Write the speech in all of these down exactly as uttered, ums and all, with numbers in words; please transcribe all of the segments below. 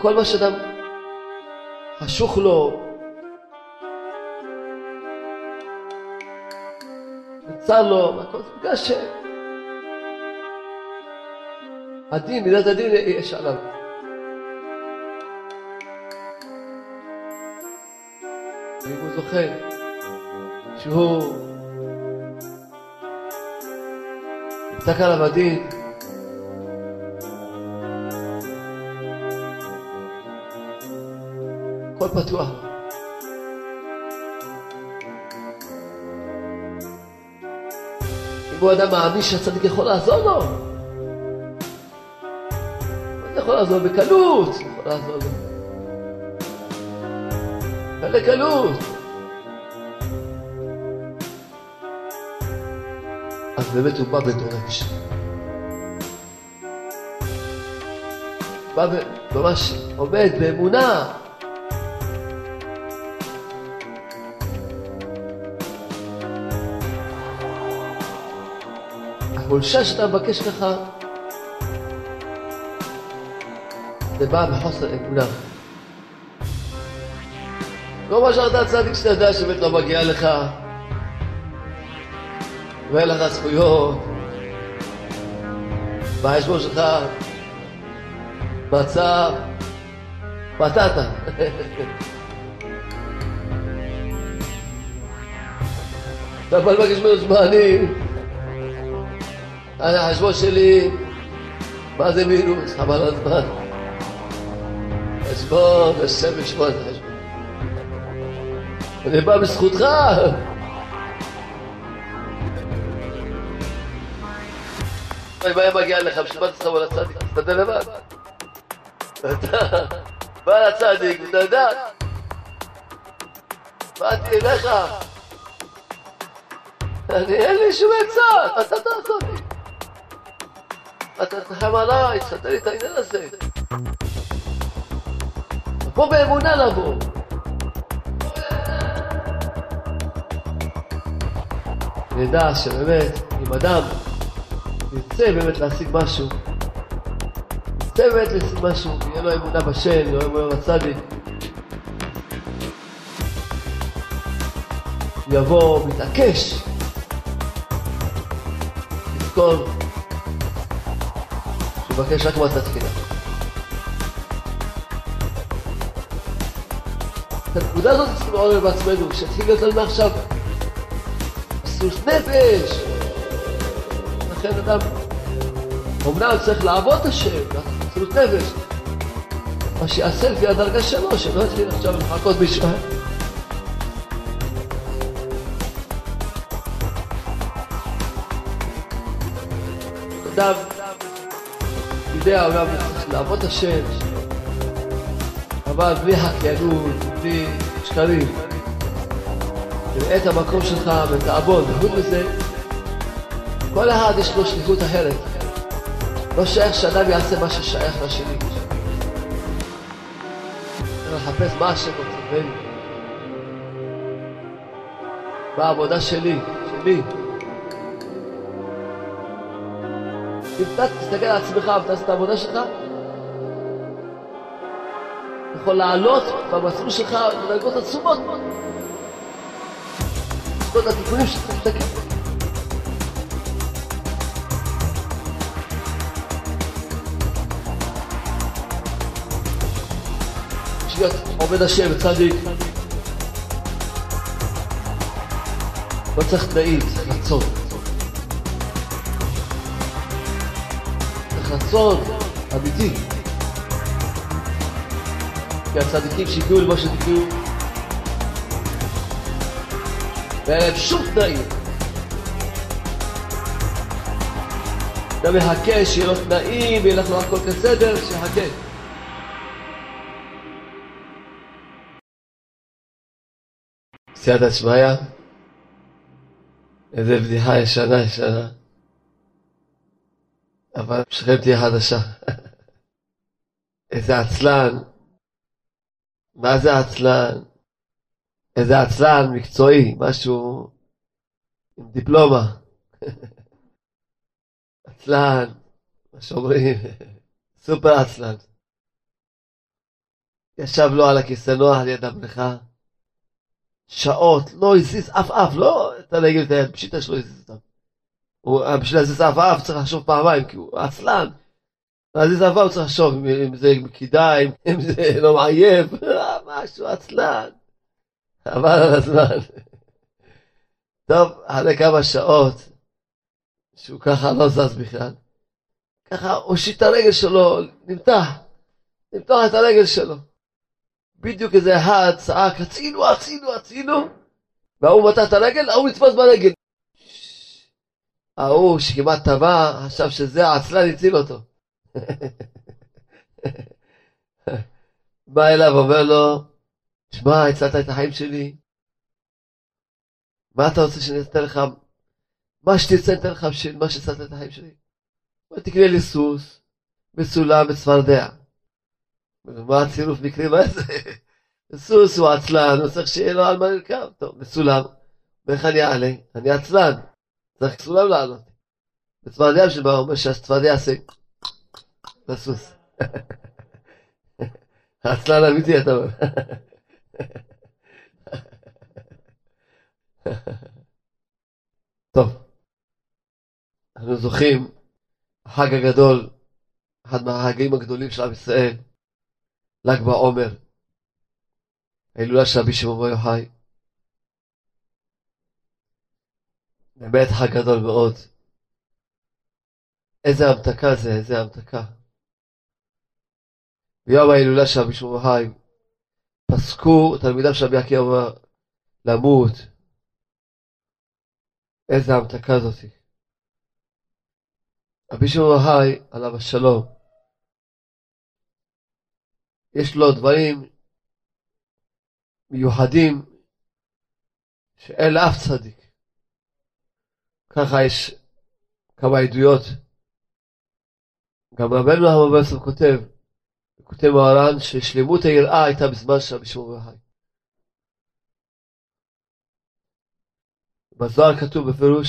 כל מה שאדם חשוך לו, וצר לו, הכל זה בגלל שהדין, מידת הדין יש עליו. ואם הוא זוכר שהוא נמצא כאן עליו הדין, הכל פתוח. אם הוא אדם מאמין שהצדיק יכול לעזור לו, הוא יכול לעזור בקלות, הוא יכול לעזור לו בקלות. אז באמת הוא בא בדורש, בא ממש עומד באמונה. החולשה שאתה מבקש ככה, זה בא בחוסר אמונה. לא מה שאתה צדיק שאתה יודע שבאמת לא מגיע לך, ואין לך זכויות, והחשבון שלך מצב פטטה. אתה בא לבקש ממנו זמנים, החשבון שלי, מה זה מינוס? חבל הזמן. חשבון, השם לשמוע את החשבון. אני בא בזכותך. אם היה מגיע לך, בשביל מה תסתכל על הצדיק? תסתכל לבד. אתה בא לצדיק, אתה יודע. באתי אליך. אני אין לי שום עצה, אתה תעזור לי. אתה תחם עליי, תסתכל לי את העניין הזה. פה באמונה לבוא. נדע שבאמת, אם אדם ירצה באמת להשיג משהו, ירצה באמת להשיג משהו, יהיה לו אמונה בשם, יהיה לו אמונה בצדיק, יבוא, מתעקש, לזכור, שבקש רק מעט התפילה. את הנקודה הזאת צריכים לעורר בעצמנו, שתתחיל להיות לנו עכשיו מסוס נפש. לכן אדם אומנם צריך לעבוד את השם, מסוס נפש, מה שיעשה לפי הדרגה שלו, שלא יתחיל עכשיו לחכות בישראל. אדם יודע אולי צריך לעבוד את השם, אבל בלי חקיינות, בלי שקרים, תראה את המקום שלך ותעבוד, וחוץ מזה, כל אחד יש לו שליחות אחרת. לא שייך שאדם יעשה מה ששייך לשני. אני מחפש מה השם רוצה בני. בעבודה שלי, שלי. אם אתה תסתכל על עצמך ותעשה את העבודה שלך, אתה יכול לעלות במסלול שלך לדרגות עצומות. זאת התיקונים שאתה מסתכל. להיות עובד השם וצדיק, לא צריך תנאים, צריך רצון. צריך רצון אמיתי. כי הצדיקים שהגיעו למה שתגיעו, ואין להם שום תנאים. אתה מחכה שיהיה לו תנאים וילך לו הכל כסדר, שיחכה. סייעתא דשמיא, איזה בדיחה ישנה ישנה, אבל שלכם תהיה חדשה. איזה עצלן, מה זה עצלן? איזה עצלן מקצועי, משהו עם דיפלומה. עצלן, מה שאומרים, סופר עצלן. ישב לו על הכיסא נוח על יד המלכה, שעות, לא הזיז אף אף, לא את הנגל את היד, פשיטה שלא הזיז אותם. הוא, בשביל להזיז אף אף צריך לחשוב פעמיים, כי הוא עצלן. להזיז אף אף הוא צריך לחשוב, אם זה כדאי, אם זה לא מעייב, משהו עצלן. עבר על הזמן. טוב, אחרי כמה שעות, שהוא ככה לא זז בכלל, ככה הושיט את הרגל שלו, נמתח, נמתח את הרגל שלו. בדיוק איזה אחד צעק, הצילו, הצילו, הצילו, והוא מתח את הרגל, ההוא נתפס ברגל. ההוא שכמעט טבע, חשב שזה העצלן הציל אותו. בא אליו ואומר לו, שמע, הצלת את החיים שלי, מה אתה רוצה שאני אתן לך, מה שתרצה נתן לך בשביל מה שהצלת את החיים שלי? תקנה לי סוס, מסולם בצפרדע. מה הצירוף מקרי, מה זה? סוס הוא עצלן, הוא צריך שיהיה לו על מה לרכב. טוב, מסולם, ואיך אני אעלה? אני עצלן, צריך סולם לעלות. בצפרדע שבא, הוא אומר שהצפרדע יעשה לסוס. עצלן אמיתי אתה אומר. טוב, אנחנו זוכים, החג הגדול, אחד מהחגים הגדולים של עם ישראל, ל"ג בעומר, ההילולה של רבי שמעון בר יוחאי. באמת חג גדול מאוד. איזה המתקה זה, איזה המתקה. ביום ההילולה של רבי שמעון בר יוחאי, פסקו תלמידיו של רבי עקיבא למות. איזה המתקה זאתי. רבי שמעון בר יוחאי, עליו השלום, יש לו דברים מיוחדים שאין לאף צדיק. ככה יש כמה עדויות. גם רבנו הרב יוסף כותב, כותב מהר"ן, ששלמות היראה הייתה בזמן של רבי שמעון בר יוחאי. בזוהר כתוב בפירוש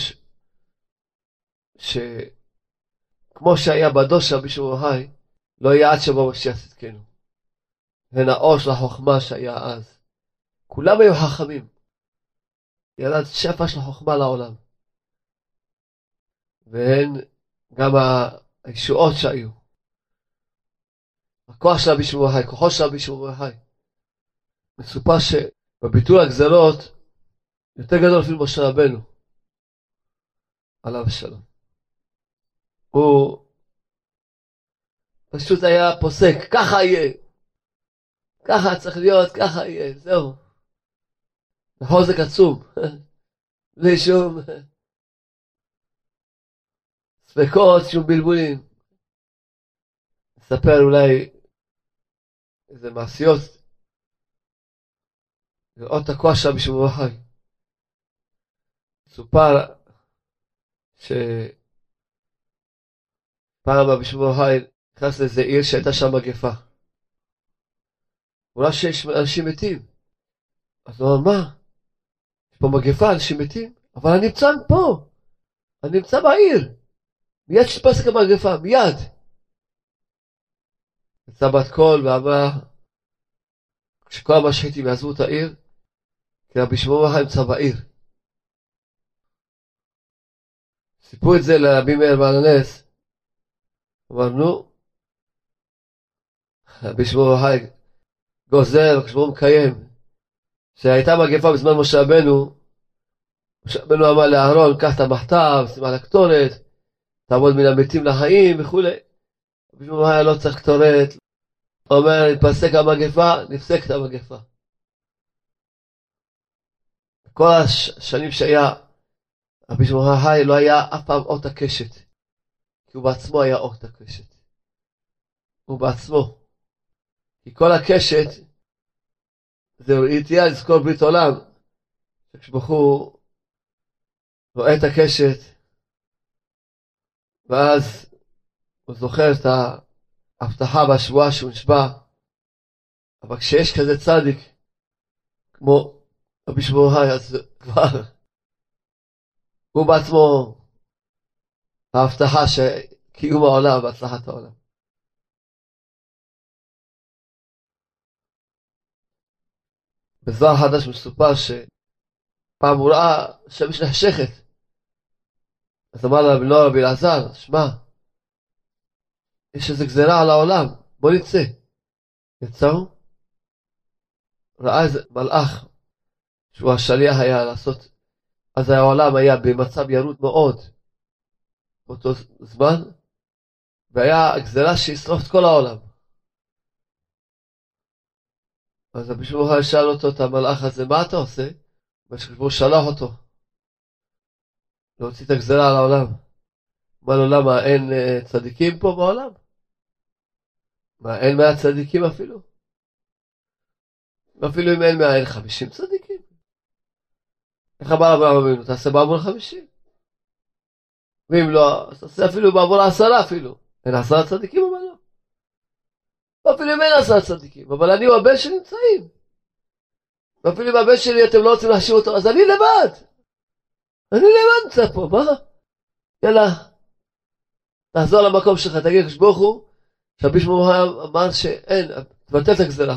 שכמו שהיה בדור של רבי שמעון בר יוחאי, לא היה עד שבא משיח צדקנו. הן האור של החוכמה שהיה אז. כולם היו חכמים. ירד שפע של חוכמה לעולם. והן גם הישועות שהיו. הכוח של רבי שמעון בר יוחאי, כוחו של רבי שמעון בר יוחאי. מסופר שבביטול הגזרות יותר גדול אפילו משה רבנו. עליו השלום. הוא פשוט היה פוסק, ככה יהיה. ככה צריך להיות, ככה יהיה, זהו. חוזק עצום. בלי שום ספקות, שום בלבולים. נספר אולי איזה מעשיות. לראות את הכוח של רבי שמעון בר יוחאי. סופר שפעם רבי שמעון בר יוחאי נכנס לאיזה עיר שהייתה שם מגפה. הוא ראה שיש אנשים מתים. אז הוא אמר, מה? יש פה מגפה, אנשים מתים? אבל אני נמצא פה. אני נמצא בעיר. מיד שתפסק המגפה, מיד. יצא בת קול ואמר, כשכל המשחיתים יעזבו את העיר, כי רבי שמעון בר יוחאי נמצא בעיר. סיפרו את זה לרבי מאיר בעל הנס. אמרנו, רבי שמעון בר יוחאי גוזר, כשבו מקיים, שהייתה מגפה בזמן משה רבנו, משה רבנו אמר לאהרון, קח את המחטב, שים על הקטורת, תעמוד מן המתים לחיים וכו'. רבי שמעון בר יוחאי לא צריך קטורת, הוא אומר, נפסק המגפה, נפסק את המגפה. כל השנים שהיה, רבי שמעון בר יוחאי לא היה אף פעם אות הקשת, כי הוא בעצמו היה אות הקשת. הוא בעצמו. כי כל הקשת, זה תהיה לזכור ברית עולם, כשבחור רואה את הקשת, ואז הוא זוכר את ההבטחה והשבועה שהוא נשבע, אבל כשיש כזה צדיק, כמו רבי שמעון בר יוחאי, אז כבר, הוא בעצמו, ההבטחה שקיום העולם והצלחת העולם. בזוהר חדש מסופר שפעם הוא ראה שמש נחשכת. אז אמר לה בנו רבי אלעזר, שמע, יש איזו גזירה על העולם, בוא נצא. יצאו, ראה איזה מלאך, שהוא השליח היה לעשות, אז העולם היה במצב ירוד מאוד, באותו זמן, והיה גזירה שישרוף את כל העולם. אז רבי שמעון שאל אותו, את המלאך הזה, מה אתה עושה? והוא שלח אותו, להוציא את הגזירה על העולם. אמר לו, למה, אין uh, צדיקים פה בעולם? מה, אין מאה צדיקים אפילו? אפילו אם אין מאה, אין חמישים צדיקים. איך אמר אברהם אבינו? תעשה בעבור חמישים. ואם לא, אז תעשה אפילו בעבור עשרה אפילו. אין עשרה צדיקים אבל לא. ואפילו אם אין עשרה צדיקים, אבל אני הוא הבן שנמצאים. ואפילו אם הבן שלי אתם לא רוצים להשאיר אותו, אז אני לבד. אני לבד נמצא פה, מה? יאללה, תחזור למקום שלך, תגיד כשבוך הוא, שרבי שמעון אמר שאין, תבטל את הגזירה.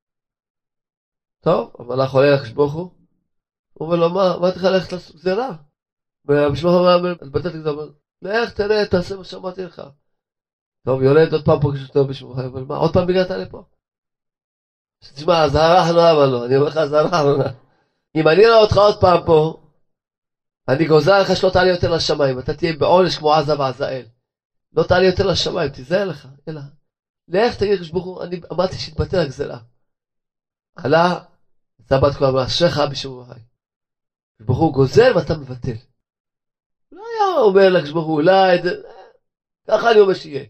טוב, המלאך עולה לקדוש הוא, הוא אומר לו, מה, מה תוכל ללכת לעשות גזירה? ורבי שמעון אומר, תבטל את הגזירה, לך תראה, תעשה מה שאמרתי לך. טוב, יורד עוד פעם פוגש אותו רבי שמעון, אבל מה, עוד פעם בגעת לפה? תשמע, הזהרה אחרונה, אבל לא, אני אומר לך, הזהרה אחרונה. אם אני רואה אותך עוד פעם פה, אני גוזר לך שלא תעלה יותר לשמיים, אתה תהיה בעונש כמו עזה ועזאל. לא תעלה יותר לשמיים, תיזהר לך, יאללה. לך תגיד כשבוך הוא, אני אמרתי שהתבטל הגזירה. עלה, יצא בת כל אמרה, אשריך בשמעון חי. כשבוך הוא גוזר ואתה מבטל. לא היה אומר לה כשבוך הוא, אולי, ככה אני אומר שיהיה.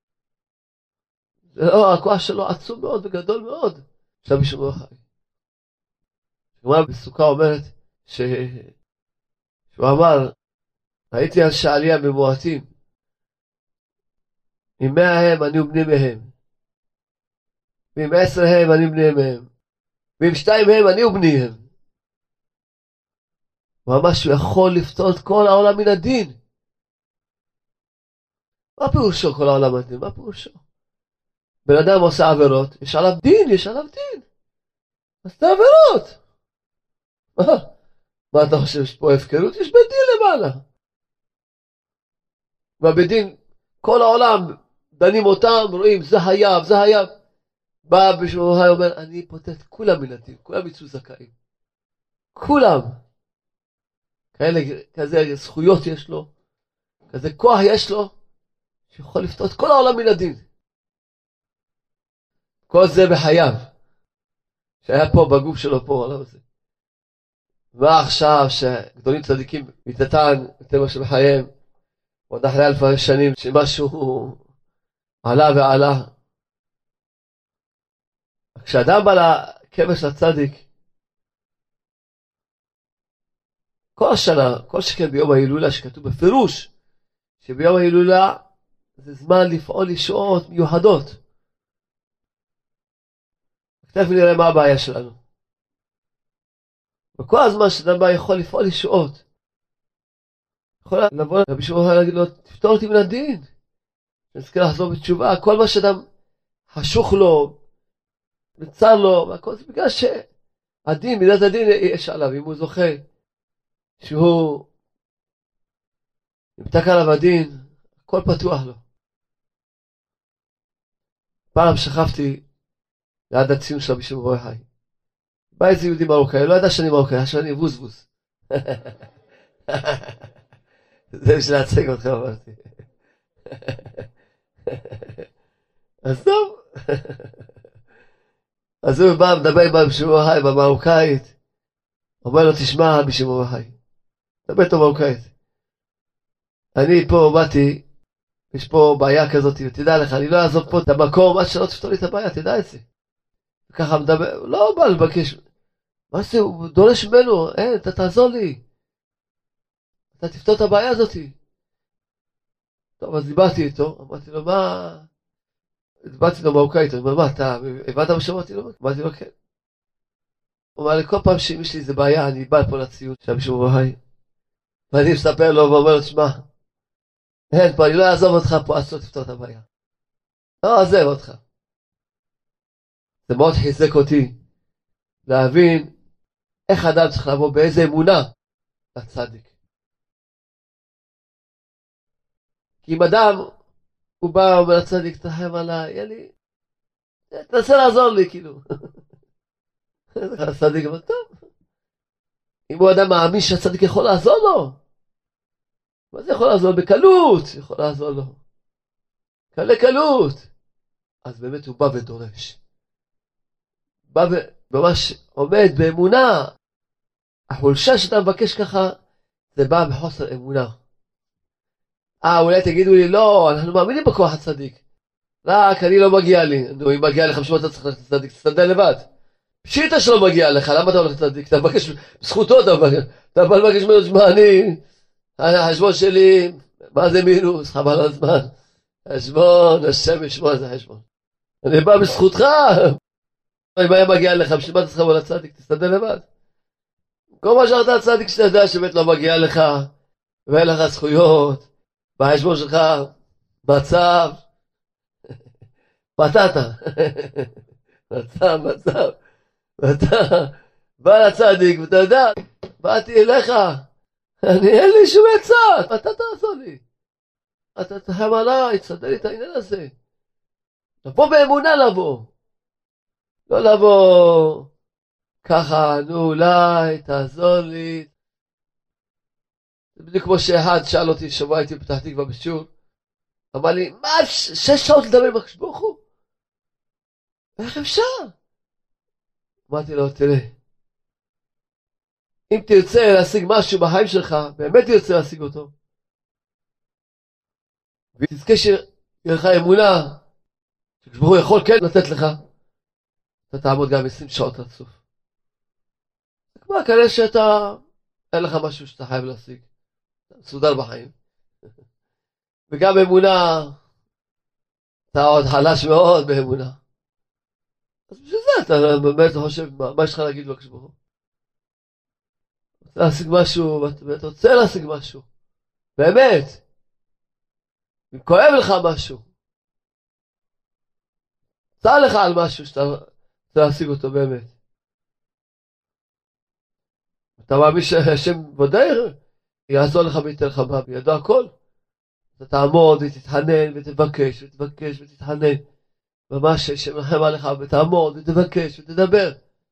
זה לא, הכוח שלו עצום מאוד וגדול מאוד, עכשיו בשמעון חי. הגמרא בסוכה אומרת, ש... שהוא אמר, ראיתי על שעליה ממועטים, עם מאה הם אני ובני מהם, ועם עשר הם אני ובני מהם, ועם שתיים הם אני ובניהם. הוא אמר שהוא יכול לפתור את כל העולם מן הדין. מה פירושו כל העולם מן הדין? מה פירושו? בן אדם עושה עבירות, יש עליו דין, יש עליו דין. אז את העבירות. מה? מה אתה חושב, יש פה הפקרות? יש בית דין למעלה. ובדין, כל העולם דנים אותם, רואים, זה היה, זה היה. בא בשמעון חי אומר, אני פותח את כולם מן הדין, כולם יצאו זכאים. כולם. כאלה, כזה זכויות יש לו, כזה כוח יש לו, שיכול לפתור את כל העולם מן הדין. כל זה בחייו, שהיה פה בגוף שלו פה, העולם הזה. מה עכשיו שגדולים צדיקים מתתן, יותר מה שבחייהם, עוד אחרי אלף שנים שמשהו עלה ועלה. כשאדם בא לקבר של הצדיק, כל השנה, כל שכן ביום ההילולה שכתוב בפירוש, שביום ההילולה זה זמן לפעול ישועות מיוחדות. תכף נראה מה הבעיה שלנו. וכל הזמן שאדם בא יכול לפעול ישועות. יכול לבוא רבי שמעון להגיד לו, תפתור אותי מן הדין. נזכר לחזור בתשובה, כל מה שאדם חשוך לו, מצר לו, והכל זה בגלל שהדין, מידת הדין יש עליו, אם הוא זוכה, שהוא נמתק עליו הדין, הכל פתוח לו. פעם שכבתי ליד הציון של רבי שמעון חי. בא איזה יהודי מרוקאי, לא ידע שאני מרוקאי, שאני ווזבוז. זה בשביל להצג אותך, אמרתי. אז טוב. אז הוא בא, מדבר עם רבי שמעון חי במרוקאית, אומר לו, תשמע רבי שמעון חי. מדבר איתו מרוקאית. אני פה באתי, יש פה בעיה כזאת, ותדע לך, אני לא אעזוב פה את המקום, עד שלא תפתור לי את הבעיה, תדע את זה. וככה מדבר, לא בא לבקש, מה זה, הוא דורש ממנו, אין, אתה תעזור לי. אתה תפתור את הבעיה הזאת. טוב, אז דיברתי איתו, אמרתי לו, מה... דיברתי לו מרוקאית, הוא אומר, מה, אתה הבנת מה שאמרתי לו? אמרתי לו, כן. הוא אומר, לכל פעם שאם יש לי איזה בעיה, אני בא פה לציון, שם שמעון חי. ואני מספר לו ואומר לו, תשמע, אין פה, אני לא אעזוב אותך פה, עד שלא תפתור את הבעיה. לא אעזב אותך. זה מאוד חיזק אותי. להבין איך אדם צריך לבוא, באיזה אמונה לצדיק. כי אם אדם, הוא בא ואומר לצדיק, תרחם עליי, יאללה, תנסה לעזור לי, כאילו. הצדיק אומר, טוב. אם הוא אדם מאמין שהצדיק יכול לעזור לו, מה זה יכול לעזור? בקלות יכול לעזור לו. קלה קלות. אז באמת הוא בא ודורש. בא וממש עומד באמונה. החולשה שאתה מבקש ככה, זה בא בחוסר אמונה. אה, אולי תגידו לי, לא, אנחנו מאמינים בכוח הצדיק. רק אני לא מגיע לי. נו, אם מגיע לך, בשביל אתה צריך ללכת לצדיק, תסתדר לבד. פשיטה שלא מגיע לך, למה אתה הולך לצדיק? אתה מבקש, בזכותו אתה מבקש. אתה בא לבקש ממנו, שמע, אני, החשבון שלי, מה זה מינוס? חבל על הזמן. חשבון, השם ישמור איזה חשבון. אני בא בזכותך. אם היה מגיע לך, בשביל מה אתה צריך לבוא לצדיק, תסתדר לבד. כל מה שאתה הצדיק שאתה יודע שבאמת לא מגיע לך, ואין לך זכויות, בחשבון שלך, מצב, פתתה. מצב, מצב. ואתה בא לצדיק, ואתה יודע, באתי אליך, אני אין לי שום עצה, אתה תעזור לי. אתה תחם עליי, תסדר לי את העניין הזה. לבוא באמונה לבוא. לא לבוא ככה, נו אולי, תעזור לי. זה בדיוק כמו שאחד שאל אותי, שבוע הייתי בפתח תקווה בשיעור, אמר לי, מה, שש שעות לדבר עם הקדוש ברוך הוא? איך אפשר? אמרתי לו, תראה, אם תרצה להשיג משהו בחיים שלך, באמת תרצה להשיג אותו, ותזכה שיהיה לך אמונה, שקדוש ברוך הוא יכול כן לתת לך, אתה תעמוד גם עשרים שעות רצוף. זה כמו כאלה שאתה, אין לך משהו שאתה חייב להשיג, אתה מסודר בחיים. וגם אמונה, אתה עוד חלש מאוד באמונה. אז בשביל זה אתה באמת חושב, מה, מה יש לך להגיד בקדוש ברוך הוא? רוצה להשיג משהו, ואתה רוצה להשיג משהו. באמת. אם כואב לך משהו. צע לך על משהו שאתה רוצה להשיג אותו באמת. אתה מאמין שהשם ודאי יעזור לך וייתן לך מה, בידו הכל. אתה תעמוד ותתחנן ותבקש ותבקש ותתחנן. ממש שמרחם עליך ותעמוד ותבקש ותדבר.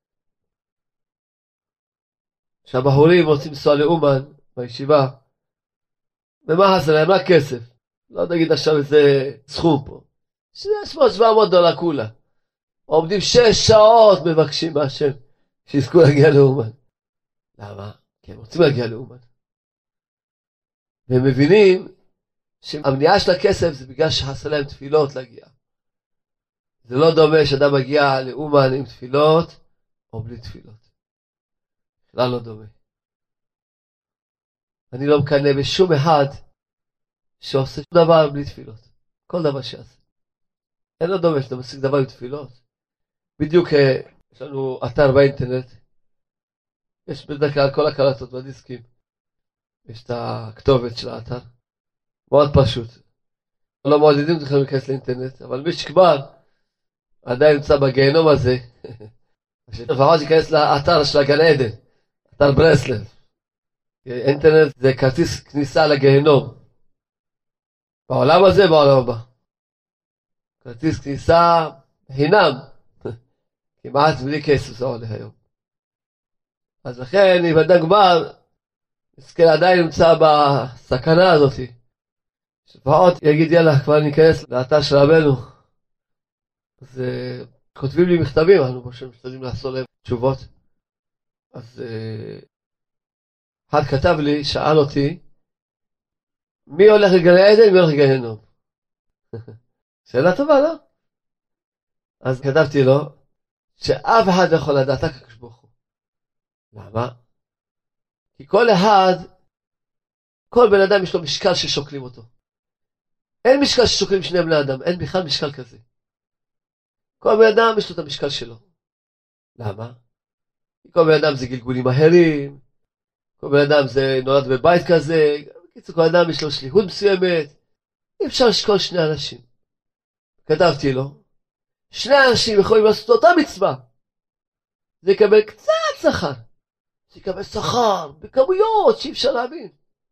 כשהבחורים רוצים לנסוע לאומן בישיבה, ומה חסר להם? רק כסף. לא נגיד עכשיו איזה סכום פה. שש מאות שבע מאות דולר כולה. עומדים שש שעות מבקשים מהשם שיזכו להגיע לאומן. למה? כי הם רוצים להגיע לאומן. והם מבינים שהמניעה של הכסף זה בגלל שחסר להם תפילות להגיע. זה לא דומה שאדם מגיע לאומן עם תפילות או בלי תפילות. בכלל לא דומה. אני לא מקנא בשום אחד שעושה שום דבר בלי תפילות. כל דבר שעשה. אין לו דומה שאתה משיג דבר עם תפילות. בדיוק יש לנו אתר באינטרנט. יש בדרך כלל כל הקלטות בדיסקים. יש את הכתובת של האתר. מאוד פשוט. לא מעודדים אתכם להיכנס לאינטרנט, אבל מי שכבר עדיין נמצא בגיהנום הזה, לפחות ייכנס לאתר של הגן עדן, אתר ברסלב. אינטרנט זה כרטיס כניסה לגיהנום. בעולם הזה, בעולם הבא. כרטיס כניסה חינם. כמעט בלי כסף זה עולה היום. אז לכן, אם אדם כבר, מסכן עדיין נמצא בסכנה הזאת, לפחות יגיד יאללה, כבר ניכנס לאתר של רבנו. אז uh, כותבים לי מכתבים, אנחנו פשוט משתדלים לעשות להם תשובות. אז uh, אחד כתב לי, שאל אותי, מי הולך לגן עדן, מי הולך לגיהנום? שאלה טובה, לא? אז כתבתי לו, שאף אחד לא יכול לדעת, רק הקדוש ברוך הוא. למה? כי כל אחד, כל בן אדם יש לו משקל ששוקלים אותו. אין משקל ששוקלים שני בני אדם, אין בכלל משקל כזה. כל בן אדם יש לו את המשקל שלו. למה? כי כל בן אדם זה גלגולים אחרים, כל בן אדם זה נולד בבית כזה, בקיצור כל אדם יש לו שליחות מסוימת, אי אפשר לשקול שני אנשים. כתבתי לו, שני אנשים יכולים לעשות אותה מצווה. זה יקבל קצת שכר. זה יקבל שכר בכמויות שאי אפשר להבין.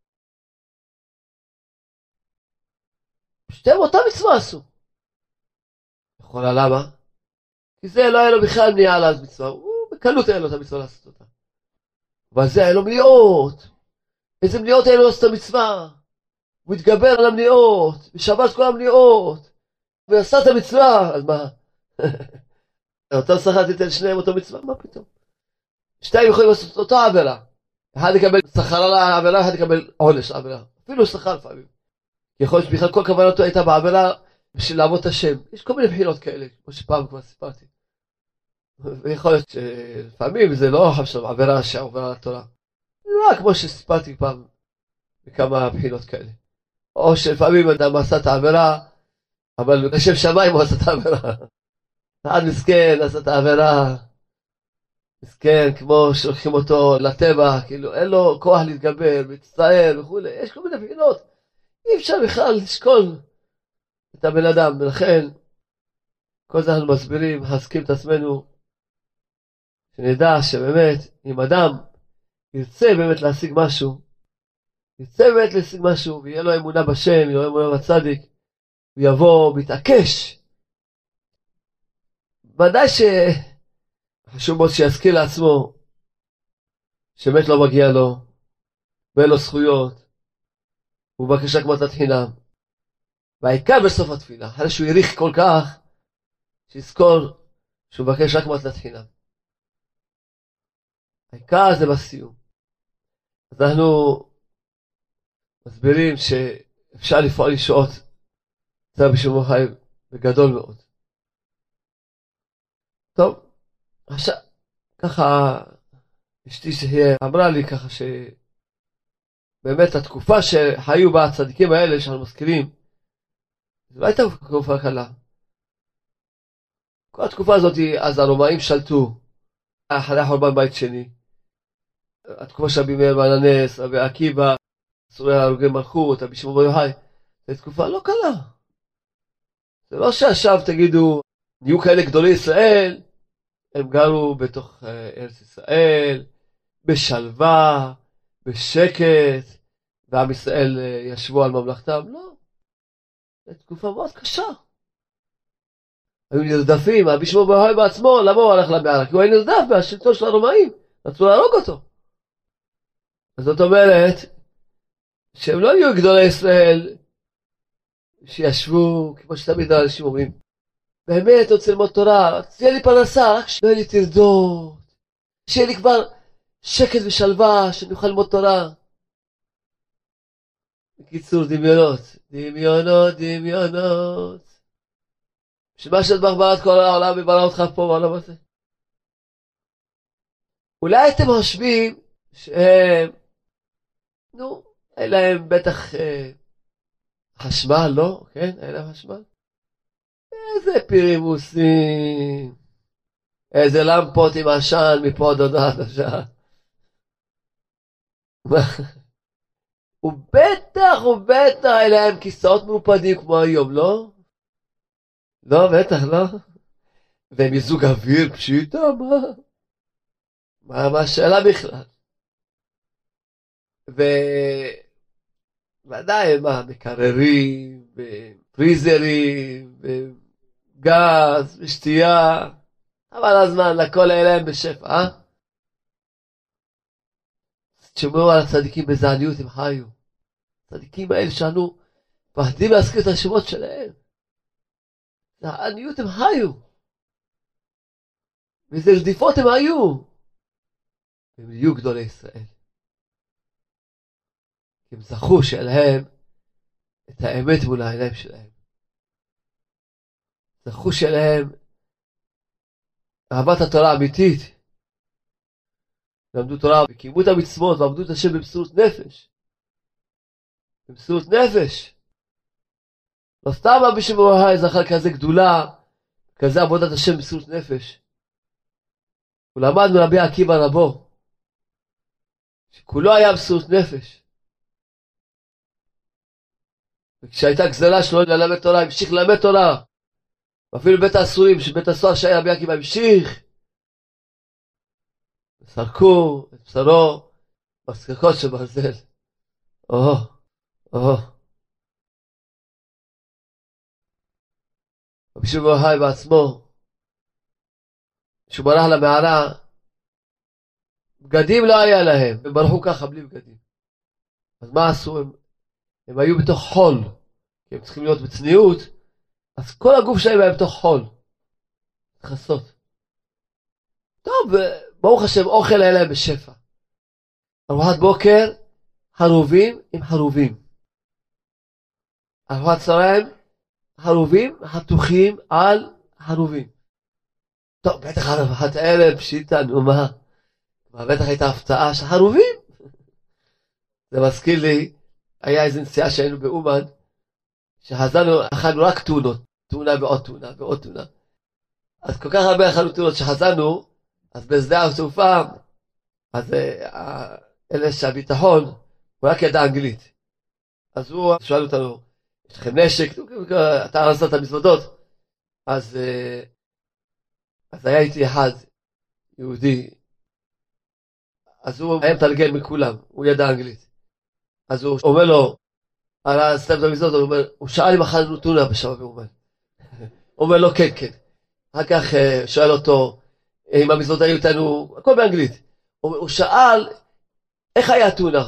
שתיהם אותה מצווה עשו. יכולה למה? כי זה לא היה לו בכלל מניעה לעשות מצווה. הוא בקלות היה לו את המצווה לעשות אותה. אבל זה היה לו מניעות. איזה מניעות היה לו לעשות את המצווה? הוא התגבר על המניעות, ושבר את כל המניעות, ועשה את המצווה. אז מה? אותם שכר תיתן שניהם אותו מצווה? מה פתאום? שתיים יכולים לעשות אותה עבירה. אחד יקבל שכר על העבירה, אחד יקבל עונש על העבירה. אפילו שכר לפעמים. יכול להיות שבכלל כל כוונתו הייתה בעבירה בשביל לעבוד את השם. יש כל מיני בחינות כאלה, כמו שפעם כבר סיפרתי. ויכול להיות שלפעמים זה לא חשוב עבירה שעוברה לתורה. לא כמו שסיפרתי פעם בכמה בחינות כאלה. או שלפעמים אדם עשה את העבירה, אבל בשם שמיים הוא עשה את העבירה. אחד מסכן עשה את העבירה, מסכן כמו שלוקחים אותו לטבע, כאילו אין לו כוח להתגבר, מצטער וכו'. יש כל מיני בחינות. אי אפשר בכלל לשקול את הבן אדם, ולכן כל זה אנחנו מסבירים, מחזקים את עצמנו, שנדע שבאמת אם אדם ירצה באמת להשיג משהו, ירצה באמת להשיג משהו, ויהיה לו אמונה בשם, יהיה לו אמונה בצדיק, הוא יבוא, מתעקש. ודאי שחשוב מאוד שיזכיר לעצמו, שבאמת לא מגיע לו, ואין לו זכויות, הוא מבקש רק מתנת חינם. והעיקר בסוף התפילה, אחרי שהוא יריך כל כך, שיזכור שהוא מבקש רק מתנת חינם. העיקר זה בסיום. אז אנחנו מסבירים שאפשר לפעול ישועות, זה בשלמה חיים בגדול מאוד. טוב, עכשיו, ככה, אשתי שאמרה לי ככה ש... באמת התקופה שחיו בה הצדיקים האלה שאנחנו מזכירים, זו לא הייתה תקופה קלה. כל התקופה הזאת, אז הרומאים שלטו, אחרי החורבן בית שני. התקופה של רבי מאיר בעל הנס, רבי עקיבא, סורי הרוגי מלכות, רבי שמעון בר יוחאי, זו תקופה לא קלה. זה לא שעכשיו תגידו, נהיו כאלה גדולי ישראל, הם גרו בתוך ארץ ישראל, בשלווה, בשקט, ועם ישראל ישבו על ממלכתם. לא. זו תקופה מאוד קשה. היו נרדפים, רבי שמעון בר יוחאי בעצמו, למה הוא הלך למערה? כי הוא היה נרדף מהשלטון של הרומאים, רצו להרוג אותו. אז זאת אומרת, שהם לא היו גדולי ישראל, שישבו, כמו שתמיד האנשים אומרים, באמת רוצה ללמוד תורה, תהיה לי פרנסה, רק שיהיה לי תרדות, שיהיה לי כבר שקט ושלווה, שאני אוכל ללמוד תורה. בקיצור, דמיונות, דמיונות, דמיונות. שמה שדבח בראת כל העולם, וברא אותך פה בעולם הזה. אולי אתם חושבים שהם, נו, אין להם בטח אה, חשמל, לא? כן? אין להם חשמל? איזה פירימוסים, איזה למפות עם עשן מפה עד הודעת השעה. ובטח, ובטח, אלה הם כיסאות מרופדים כמו היום, לא? לא, בטח, לא. והם יזוג אוויר פשיטה, מה? מה, מה השאלה בכלל? וודאי, מה, מקררים, ופריזרים, וגז, ושתייה, אבל הזמן, לכל אלה הם בשפע, אה? תשמעו על הצדיקים באיזה עניות הם חיו. הצדיקים האלה שאנו פחדים להזכיר את השמות שלהם. העניות הם חיו. ואיזה רדיפות הם היו. הם היו גדולי ישראל. הם זכו שלהם את האמת מול העיניים שלהם. זכו שלהם אהבת התורה האמיתית. למדו תורה וקיימו את המצוות ועבדו את השם במסירות נפש. במסירות נפש. לא סתם רבי שמעון בר יוחאי זכה כזה גדולה, כזה עבודת השם במסירות נפש. הוא למד מרבי עקיבא רבו, שכולו היה במסירות נפש. וכשהייתה גזלה שלו ללמד תורה, המשיך ללמד תורה. ואפילו בית האסורים, שבית הסוהר שהיה רבי עקיבא המשיך. סרקו את בשרו בסקקות של ברזל. או, או. רבי שמעון בר יוחאי בעצמו, כשהוא ברח למערה, בגדים לא היה להם, הם ברחו ככה בלי בגדים. אז מה עשו? הם, הם היו בתוך חול, כי הם צריכים להיות בצניעות, אז כל הגוף שלהם היה בתוך חול. חסות. טוב, ברוך השם, אוכל היה להם בשפע. ארוחת בוקר, חרובים עם חרובים. ארוחת צהריים, חרובים, חתוכים על חרובים. טוב, בטח ארוחת ערב, פשיטה, נו מה? בטח הייתה הפתעה של חרובים. זה מזכיר לי, היה איזו נסיעה שהיינו באומן, שחזרנו, אכלנו רק טונות, טונה ועוד טונה ועוד טונה. אז כל כך הרבה אכלנו טונות שחזרנו, אז בשדה התעופה, אז אה, אלה שהביטחון, הוא רק ידע אנגלית. אז הוא שואל אותנו, יש לכם נשק? אתה הרסת את המזוודות. אז, אה, אז היה איתי אחד, יהודי, אז הוא היה מתרגל מכולם, הוא ידע אנגלית. אז הוא אומר לו, על סתם את המזוודות, הוא, אומר, הוא שאל אם אכלנו טונה בשבוע באומן. הוא אומר לו, כן, כן. אחר כך אה, שואל אותו, אם המזוודות היו איתנו, הכל באנגלית. הוא, הוא שאל, איך היה טונה?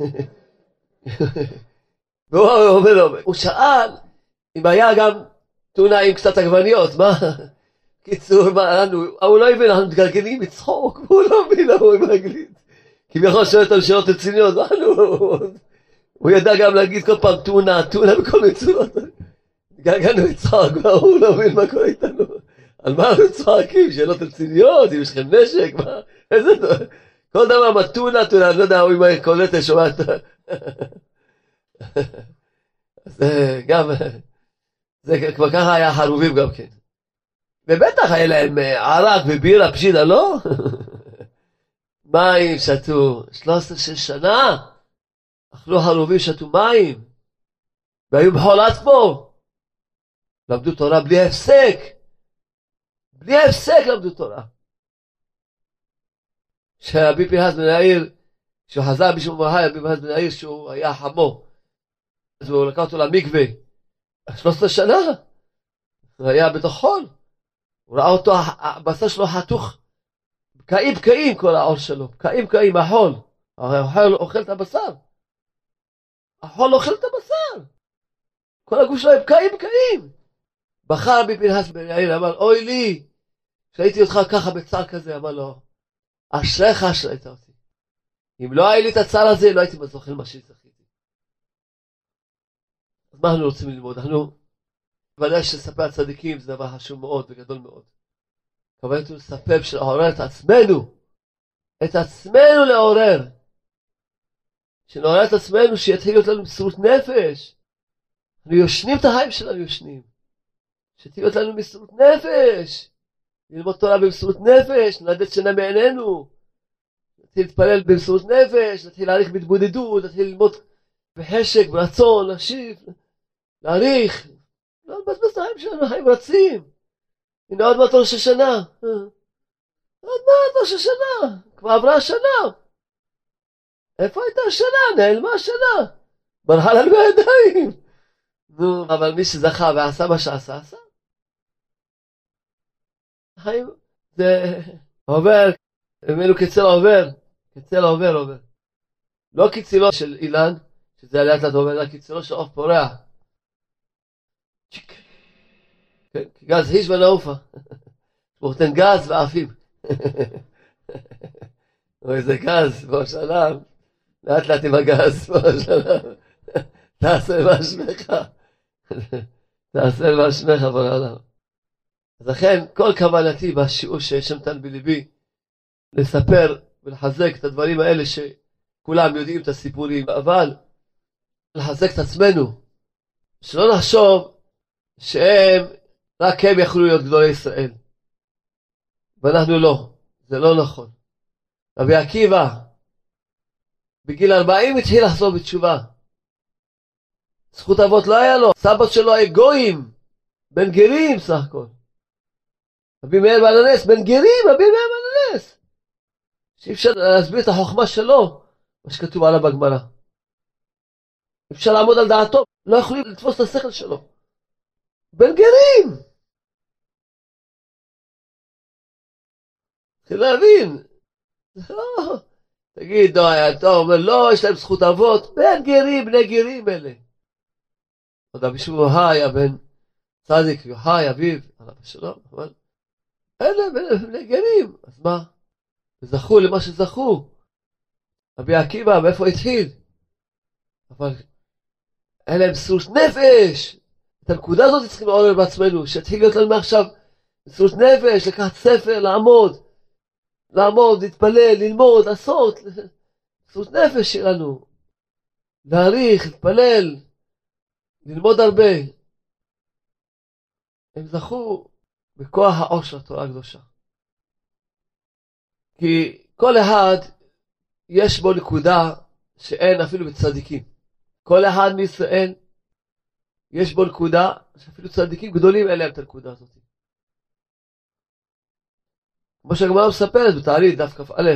והוא אומר לו, הוא שאל, אם היה גם טונה עם קצת עגבניות, מה? קיצור, מה, לנו, הוא לא הבין, אנחנו מתגלגלים מצחוק, הוא לא הבין, הוא עם האנגלית. כי בכל שואל אותנו שאלות רציניות, מה הוא? הוא ידע גם להגיד כל פעם טונה, טונה בכל מיני צורות. גלגלנו לצחוק, הוא לא הבין מה קורה איתנו. על מה אנחנו צוחקים? שאלות רציניות, אם יש לכם נשק, מה? איזה דבר? כל דבר מה טונה, טונה, אני לא יודע, הוא עם הקולט שומעת. זה גם, זה כבר ככה היה חרובים גם כן. ובטח היה להם ערק ובירה פשידה, לא? מים שתו, שלוש עשרה שנה, אכלו חרובים, שתו מים, והיו בכל עצמו, למדו תורה בלי הפסק, בלי הפסק למדו תורה. שרבי פנחס בן יאיר, כשהוא חזר בשום מרחי, רבי פנחס בן יאיר, שהוא היה חמו, אז הוא לקח אותו למקווה, שלוש עשרה שנה, הוא היה בתוך חול, הוא ראה אותו, הבשר שלו חתוך, בקעים בקעים כל העור שלו, בקעים בקעים, החול, החול אוכל את הבשר, החול אוכל את הבשר, כל הגוף שלו בקעים בקעים. בחר רבי פנחס בן יאיר, אמר, אוי לי, שהייתי אותך ככה בצער כזה, אמר לו, אשריך אשרית אותי. אם לא היה לי את הצער הזה, לא הייתי מזוכן מה שזכיתי. אז מה אנחנו רוצים ללמוד? אנחנו, ודאי שספר הצדיקים זה דבר חשוב מאוד וגדול מאוד. כוונתנו לספר בשביל לעורר את עצמנו, את עצמנו לעורר. שנעורר את עצמנו שיתחיל להיות לנו מסירות נפש. אנחנו יושנים את החיים שלנו יושנים. שתהיה לנו מסירות נפש. ללמוד תורה במסירות נפש, נלדת שינה מעינינו. נתחיל להתפלל במסירות נפש, נתחיל להעריך בהתבודדות, נתחיל ללמוד בחשק, ברצון, להשיב, להעריך. לא לבזבז את החיים שלנו, החיים רצים. הנה עוד מעט ראש השנה. עוד מעט ראש השנה. כבר עברה השנה. איפה הייתה השנה? נעלמה השנה. ברחה לנו בידיים. נו, אבל מי שזכה ועשה מה שעשה, עשה. החיים זה עובר, ממנו כצל עובר, כצל עובר עובר. לא כצילו של אילן, שזה עליית לדובר, אלא כצילו של עוף פורח. גז היש ונעופה. הוא נותן גז ועפים. או איזה גז, בוא שלם. לאט לאט עם הגז, בוא שלם. תעשה מה שמך. תעשה מה שמך, בוא נעלם. אז לכן, כל כוונתי בשיעור שהשמתן בליבי, לספר ולחזק את הדברים האלה שכולם יודעים את הסיפורים, אבל לחזק את עצמנו, שלא נחשוב שהם, רק הם יכלו להיות גדולי ישראל. ואנחנו לא, זה לא נכון. רבי עקיבא, בגיל ארבעים התחיל לחזור בתשובה. זכות אבות לא היה לו, סבא שלו היה גויים, בן גרים סך הכל. רבי מאיר בעל הנס, בן גרים, רבי מאיר בעל הנס. שאי אפשר להסביר את החוכמה שלו, מה שכתוב עליו בגמרא. אפשר לעמוד על דעתו, לא יכולים לתפוס את השכל שלו. בן גרים! צריך להבין. לא. תגיד, לא, אתה אומר, לא, יש להם זכות אבות, בן גרים, בני גרים אלה. עוד אבישוב יוחאי, הבן צדיק יוחאי, אביו, עליו השלום, אבל אלה בני גרים, אז מה? זכו למה שזכו. רבי עקיבא, מאיפה התחיל? אבל אין להם מסירות נפש. את הנקודה הזאת צריכים לעורר בעצמנו, שהתחיל להיות לנו מעכשיו מסירות נפש, לקחת ספר, לעמוד, לעמוד, להתפלל, ללמוד, לעשות, מסירות נפש שלנו, להעריך, להתפלל, ללמוד הרבה. הם זכו בכוח האור של התורה הקדושה. כי כל אחד יש בו נקודה שאין אפילו בצדיקים. כל אחד מישראל יש בו נקודה שאפילו צדיקים גדולים אין להם את הנקודה הזאת. כמו שהגמרא מספרת בתענית דף כ"א.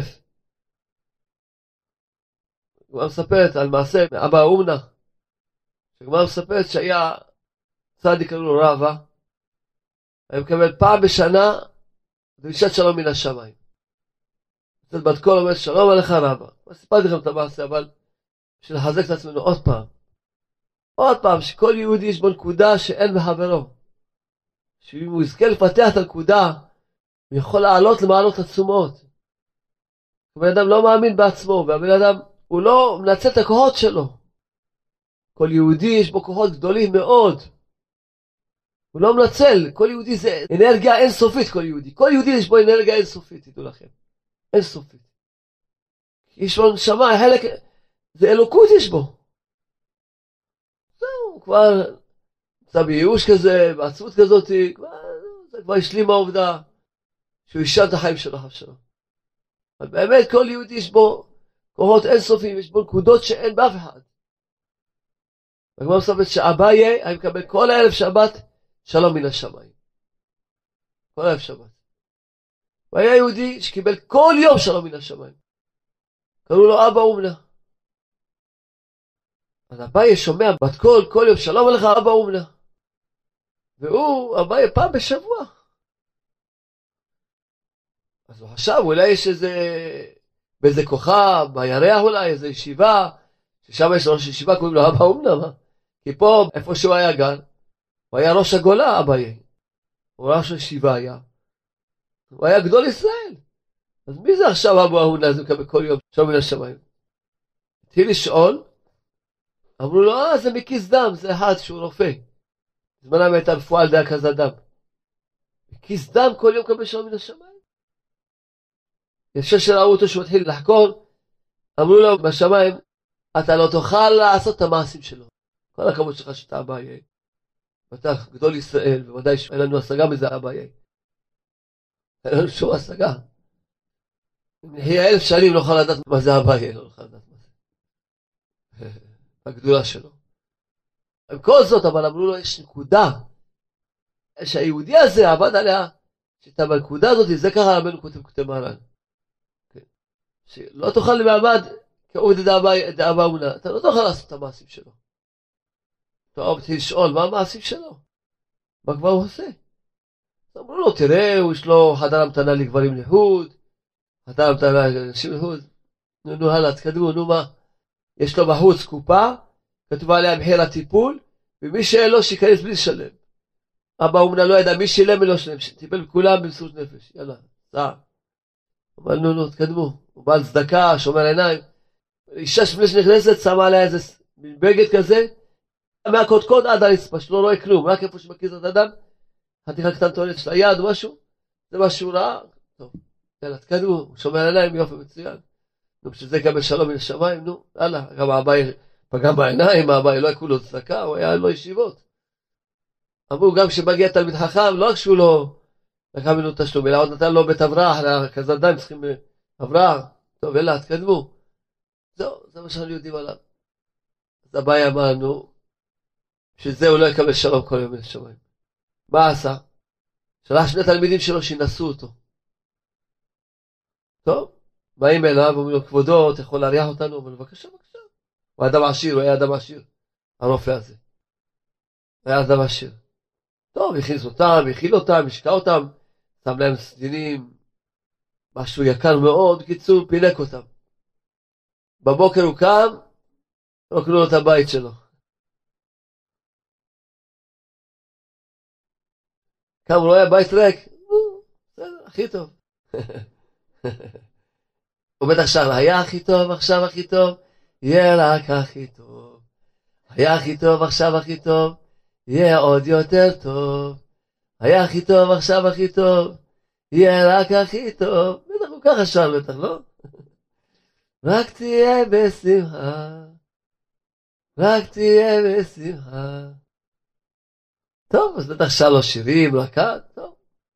הגמרא מספרת על מעשה מאבא אומנה. הגמרא מספרת שהיה צדיק קראו לו רבא. היה מקבל פעם בשנה דרישת שלום מן השמיים. אצל בת קול אומר שלום עליך רבא. סיפרתי לכם את המעשה, אבל בשביל לחזק את עצמנו עוד פעם. עוד פעם, שכל יהודי יש בו נקודה שאין בחברו. שאם הוא יזכה לפתח את הנקודה, הוא יכול לעלות למעלות עצומות. הבן אדם לא מאמין בעצמו, והבן אדם הוא לא מנצל את הכוחות שלו. כל יהודי יש בו כוחות גדולים מאוד. הוא לא מנצל, כל יהודי זה אנרגיה אינסופית, כל יהודי. כל יהודי יש בו אנרגיה אינסופית, תדעו לכם. אינסופית. יש בו נשמה, חלק, זה אלוקות יש בו. זהו, כבר נמצא בייאוש כזה, בעצמות כזאת, כבר, זה כבר השלים העובדה שהוא ישן את החיים שלו אחר שלו. אבל באמת כל יהודי יש בו כוחות אינסופיים, יש בו נקודות שאין באף אחד. הגמרא מספרת שאביי היה מקבל כל הערב שבת שלום מן השמיים. כל הערב שבת. והיה יהודי שקיבל כל יום שלום מן השמיים. קראו לו אבא אומנה. אז אביי שומע בת קול כל יום שלום עליך אבא אומנה. והוא אביי פעם בשבוע. אז הוא חשב אולי יש איזה באיזה כוכב בירח אולי איזה ישיבה ששם יש ראש ישיבה קוראים לו אבא אומנה. מה? כי פה איפה שהוא היה גן הוא היה ראש הגולה אביי. הוא ראש הישיבה היה. הוא היה גדול ישראל. אז מי זה עכשיו אבא אומנה? זה מקבל כל יום שלום מן השמיים. התחיל לשאול. אמרו לו, אה, זה מכיס דם, זה אחד שהוא רופא. זמנם הייתה רפואה על דרך כזה דם. מכיס דם כל יום קבל שלום מן השמיים. ישר שראו אותו שהוא התחיל לחקור, אמרו לו בשמיים, אתה לא תוכל לעשות את המעשים שלו. כל הכבוד שלך שאתה אביי. בטח גדול ישראל, ובוודאי שאין לנו השגה מזה אביי. אין לנו שום השגה. אם נחיה אלף שנים לא יכול לדעת מה זה אביי, לא יכול לדעת מה זה. הגדולה שלו. עם כל זאת, אבל אמרו לו, יש נקודה, שהיהודי הזה עבד עליה, שאתה בנקודה הזאת, זה ככה רבנו כותב כותב מרן. שלא תוכל למעמד, כעובד דאבא אומנה, אתה לא תוכל לעשות את המעשים שלו. טוב, תתחיל לשאול, מה המעשים שלו? מה כבר הוא עושה? אמרו לו, תראה, יש לו חדר המתנה לגברים לחוד, חדר המתנה לנשים לחוד, נו, נו, הלאה, תקדמו, נו, מה? יש לו בחוץ קופה, כתוב עליה מחיר הטיפול, ומי שאין לו שיכנס בלי לשלם. אבא אומנה לא ידע, מי שילם ולא שלם, שטיפל בכולם במסירות נפש. יאללה, סע. אבל נו, נו, תקדמו. הוא בעל צדקה, שומר עיניים. אישה לפני שנכנסת, שמה עליה איזה בגד כזה, מהקודקוד עד הרצפה, שלא רואה כלום, רק איפה שמכיס את האדם, חתיכה קטנטונת של היד או משהו, זה משהו רע. טוב, יאללה, תקדמו, שומר עיניים, יופי, מצוין. נו, בשביל זה קבל שלום מן השמיים, נו, הלאה, גם אביי פגע בעיניים, אביי לא יקו לו צדקה, הוא היה לו ישיבות. אמרו, גם כשמגיע תלמיד חכם, לא רק שהוא לא לקח ממנו תשלום, אלא עוד נתן לו בית אברח, כזה דם צריכים אברח, טוב, אלא, תקדמו. זהו, זה מה שאנחנו יודעים עליו. אז אביי אמרנו, שזה הוא לא יקבל שלום כל יום מן השמיים. מה עשה? שלח שני תלמידים שלו שינסו אותו. טוב. באים אליו, אומרים לו, כבודו, אתה יכול להריח אותנו? הוא אומר, בבקשה, בבקשה. הוא אדם עשיר, הוא היה אדם עשיר, הרופא הזה. הוא היה אדם עשיר. טוב, הכניס אותם, הכיל אותם, השקע אותם, שם להם סדינים, משהו יקר מאוד, קיצור, פינק אותם. בבוקר הוא קם, רוקנו לו את הבית שלו. קם, הוא רואה בית ריק, בסדר, הכי טוב. הוא בטח שם, היה הכי טוב, עכשיו הכי טוב, יהיה רק הכי טוב. היה הכי טוב, עכשיו הכי טוב, יהיה עוד יותר טוב. היה הכי טוב, עכשיו הכי טוב, יהיה רק הכי טוב. בטח הוא ככה שר, בטח, לא? רק תהיה בשמחה, רק תהיה בשמחה. טוב, אז בטח שר לו שירים, רקד, טוב.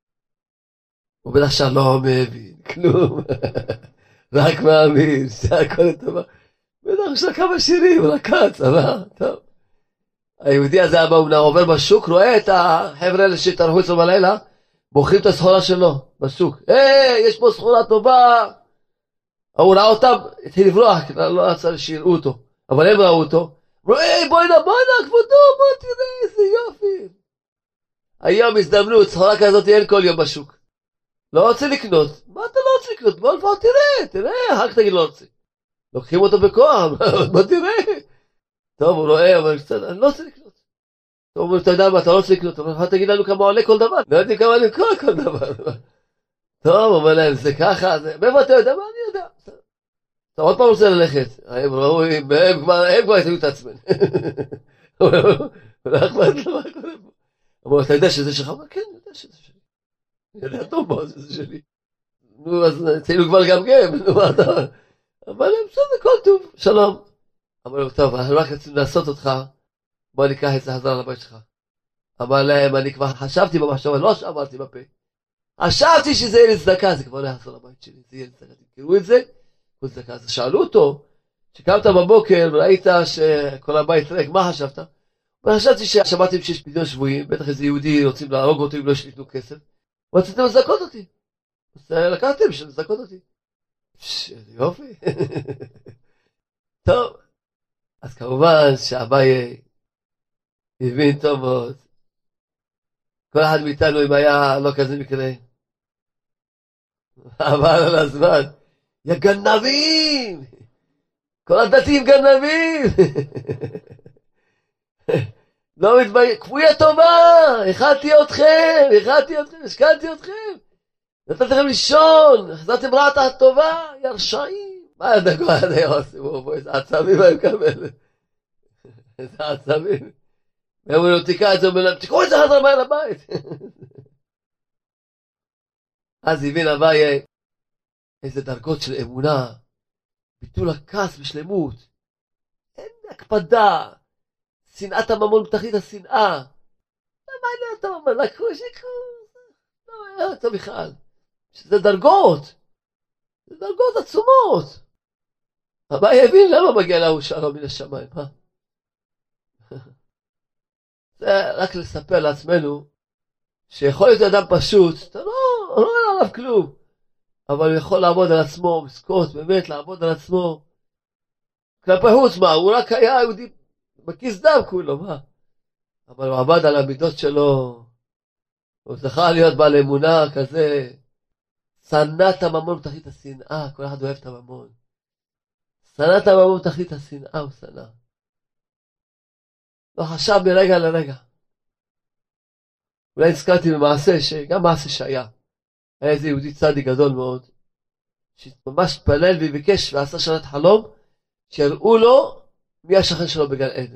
הוא בטח שר לא מבין, כלום. רק מאמין, שהכל לטובה. בטח הוא שר כמה שירים, רקד, צבא, טוב. היהודי הזה הבא הוא עובר בשוק, רואה את החבר'ה האלה שהתארחו אצלו בלילה, מוכרים את הסחורה שלו בשוק. היי, יש פה סחורה טובה. הוא ראה אותם, התחיל לברוח, לא רצה שיראו אותו, אבל הם ראו אותו. אמרו, היי, בואי נא, בואי נא, כבודו, בוא תראה, איזה יופי. היום הזדמנות, סחורה כזאת אין כל יום בשוק. לא רוצה לקנות. מה אתה לא רוצה לקנות? בוא לפחות תראה, תראה, אחר כך תגיד לא רוצה. לוקחים אותו בכוח, בוא תראה. טוב, הוא רואה, אבל קצת, אני לא רוצה לקנות. טוב, הוא אומר, אתה יודע מה, אתה לא רוצה לקנות, אבל תגיד לנו כמה עולה כל דבר. לא יודעים כמה למכור כל דבר. טוב, הוא אומר להם, זה ככה, זה... מאיפה אתה יודע? מה אני יודע? אתה עוד פעם רוצה ללכת. הם ראו, הם כבר יתנו את עצמם. הוא לא אכפת לו מה קורה פה. הוא אומר, אתה יודע שזה שלך? הוא אומר, כן, אני יודע שזה שלי. אני יודע טוב מה שזה שלי. נו, אז ציינו כבר גם גם, נו, מה אתה... אבל הם בסדר, כל טוב, שלום. אמר לו, טוב, אנחנו רק רצינו לעשות אותך, בוא ניקח את זה חזרה לבית שלך. אמר להם, אני כבר חשבתי במחשבה, לא שאמרתי בפה. חשבתי שזה יהיה לצדקה, זה כבר לא יחזור לבית שלי, זה יהיה לצדקה. תקראו את זה, כל צדקה. אז שאלו אותו, שקמת בבוקר וראית שכל הבית ריק, מה חשבת? וחשבתי ששמעתם שיש פדיון שבויים, בטח איזה יהודי רוצים להרוג אותו אם לא ישליטנו כסף, ורציתם לזכות אותי. אז לקחתם בשביל לזכות אותי. איזה יופי. טוב, אז כמובן שאביי הבין טוב מאוד. כל אחד מאיתנו אם היה לא כזה מקרה. אבל על הזמן, יא גנבים! כל הדתיים גנבים! לא מתבייש, כפויה טובה! הכלתי אתכם, הכלתי אתכם, השכלתי אתכם! נתתי לכם לישון, חזרתם רעת הטובה, יא רשעים! מה הדגו עד היום עושים? איזה עצבים הם מקבל. איזה עצבים. והם אומרים לו, תיקע את זה, אומרים להם, תיקעו את זה חזר מהר לבית. אז הבין אביי איזה דרגות של אמונה, ביטול הכעס בשלמות, אין הקפדה, שנאת הממון בתחתית השנאה. מה לא אתה ממון, לקחו, שיקחו, לא היה אתה בכלל. שזה דרגות, זה דרגות עצומות. אביי הבין למה מגיע להוא שערו מן השמיים, אה? זה רק לספר לעצמנו, שיכול להיות אדם פשוט, אתה לא, לא יודע עליו כלום, אבל הוא יכול לעבוד על עצמו, מסכות, באמת לעבוד על עצמו, כלפי חוץ, מה, הוא רק היה יהודי, בכיס דם כולו, מה? אבל הוא עבד על המידות שלו, הוא זכה להיות בעל אמונה כזה, שנאת הממון בתחתית השנאה, כל אחד אוהב את הממון, שנאת הממון בתחתית השנאה הוא שנא. לא חשב מרגע לרגע. אולי נזכרתי במעשה, שגם מעשה שהיה. היה איזה יהודי צדיק גדול מאוד, שממש פלל וביקש ועשה שנת חלום, שיראו לו מי השכן שלו בגן עדן.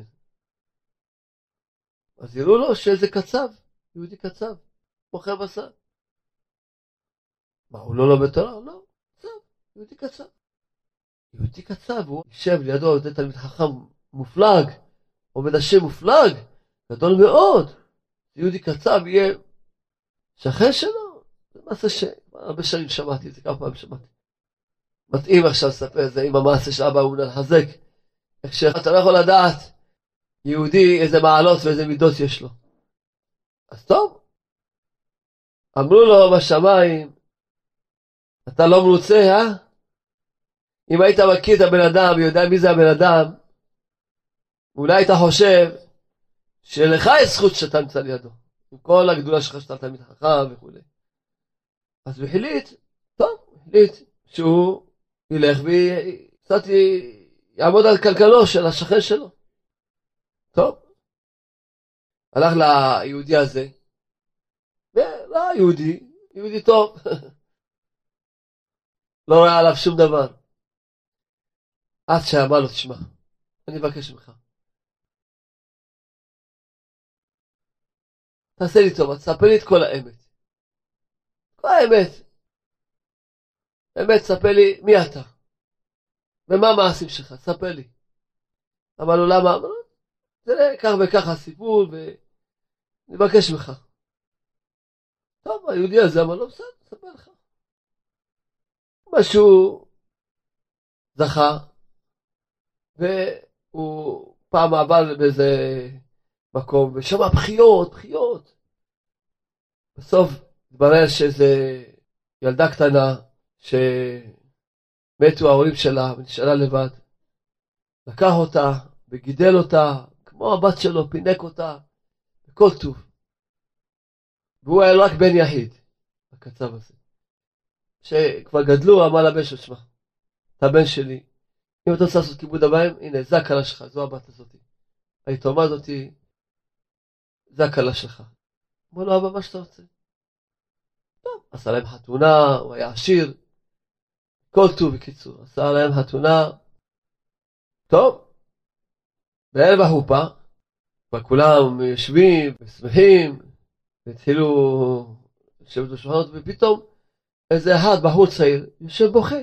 אז יראו לו שאיזה קצב, יהודי קצב, מוכר בשר. מה, הוא לא לומד תורה? לא, קצב, יהודי קצב. יהודי קצב, הוא יושב לידו, הוא תלמיד חכם מופלג, עובד השם מופלג, גדול מאוד. יהודי קצב יהיה שכן שלו. זה מעשה שהרבה שנים שמעתי את זה, כמה פעמים שמעתי. מתאים עכשיו לספר את זה עם המעשה של אבא הוא לחזק. איך שאתה לא יכול לדעת יהודי איזה מעלות ואיזה מידות יש לו. אז טוב. אמרו לו בשמיים, אתה לא מרוצה, אה? אם היית מכיר את הבן אדם ויודע מי זה הבן אדם, אולי היית חושב שלך יש זכות שאתה נמצא לידו, עם כל הגדולה שלך שאתה תלמיד חכם וכו'. אז הוא החליט, טוב, הוא החליט שהוא ילך וקצת יעמוד על קלקלו של השכן שלו. טוב, הלך ליהודי הזה, ולא יהודי, יהודי טוב, לא רואה עליו שום דבר. עד שאמר לו, תשמע, אני מבקש ממך, תעשה לי טובה, תספר לי את כל האמת. כל האמת. האמת, תספר לי מי אתה. ומה המעשים שלך, תספר לי. אמר לו, למה? אמר לו, תראה, כך וכך הסיפור, ואני מבקש ממך. טוב, היהודי הזה אמר לו, בסדר, תספר לך. משהו זכה, והוא פעם עבר באיזה מקום, ושמע בחיות, בחיות. בסוף התברר שזה ילדה קטנה, שמתו ההורים שלה, ונשארה לבד. לקח אותה, וגידל אותה, כמו הבת שלו, פינק אותה, בכל טוב. והוא היה רק בן יחיד, בקצב הזה. שכבר גדלו, אמר לבן שלו, שמע, אתה בן שלי, אם אתה רוצה לעשות כיבוד אביים, הנה, זה הקלה שלך, זו הבת הזאת. היתומה הזאת, זה הקלה שלך. אמר לו, אבא, מה שאתה רוצה? טוב, עשה להם חתונה, הוא היה עשיר, כל טוב בקיצור, עשה להם חתונה, טוב, בערב החופה, וכולם יושבים ושמחים, והתחילו לשבת בשולחנות, ופתאום איזה אחד, בחור צעיר, יושב בוכה.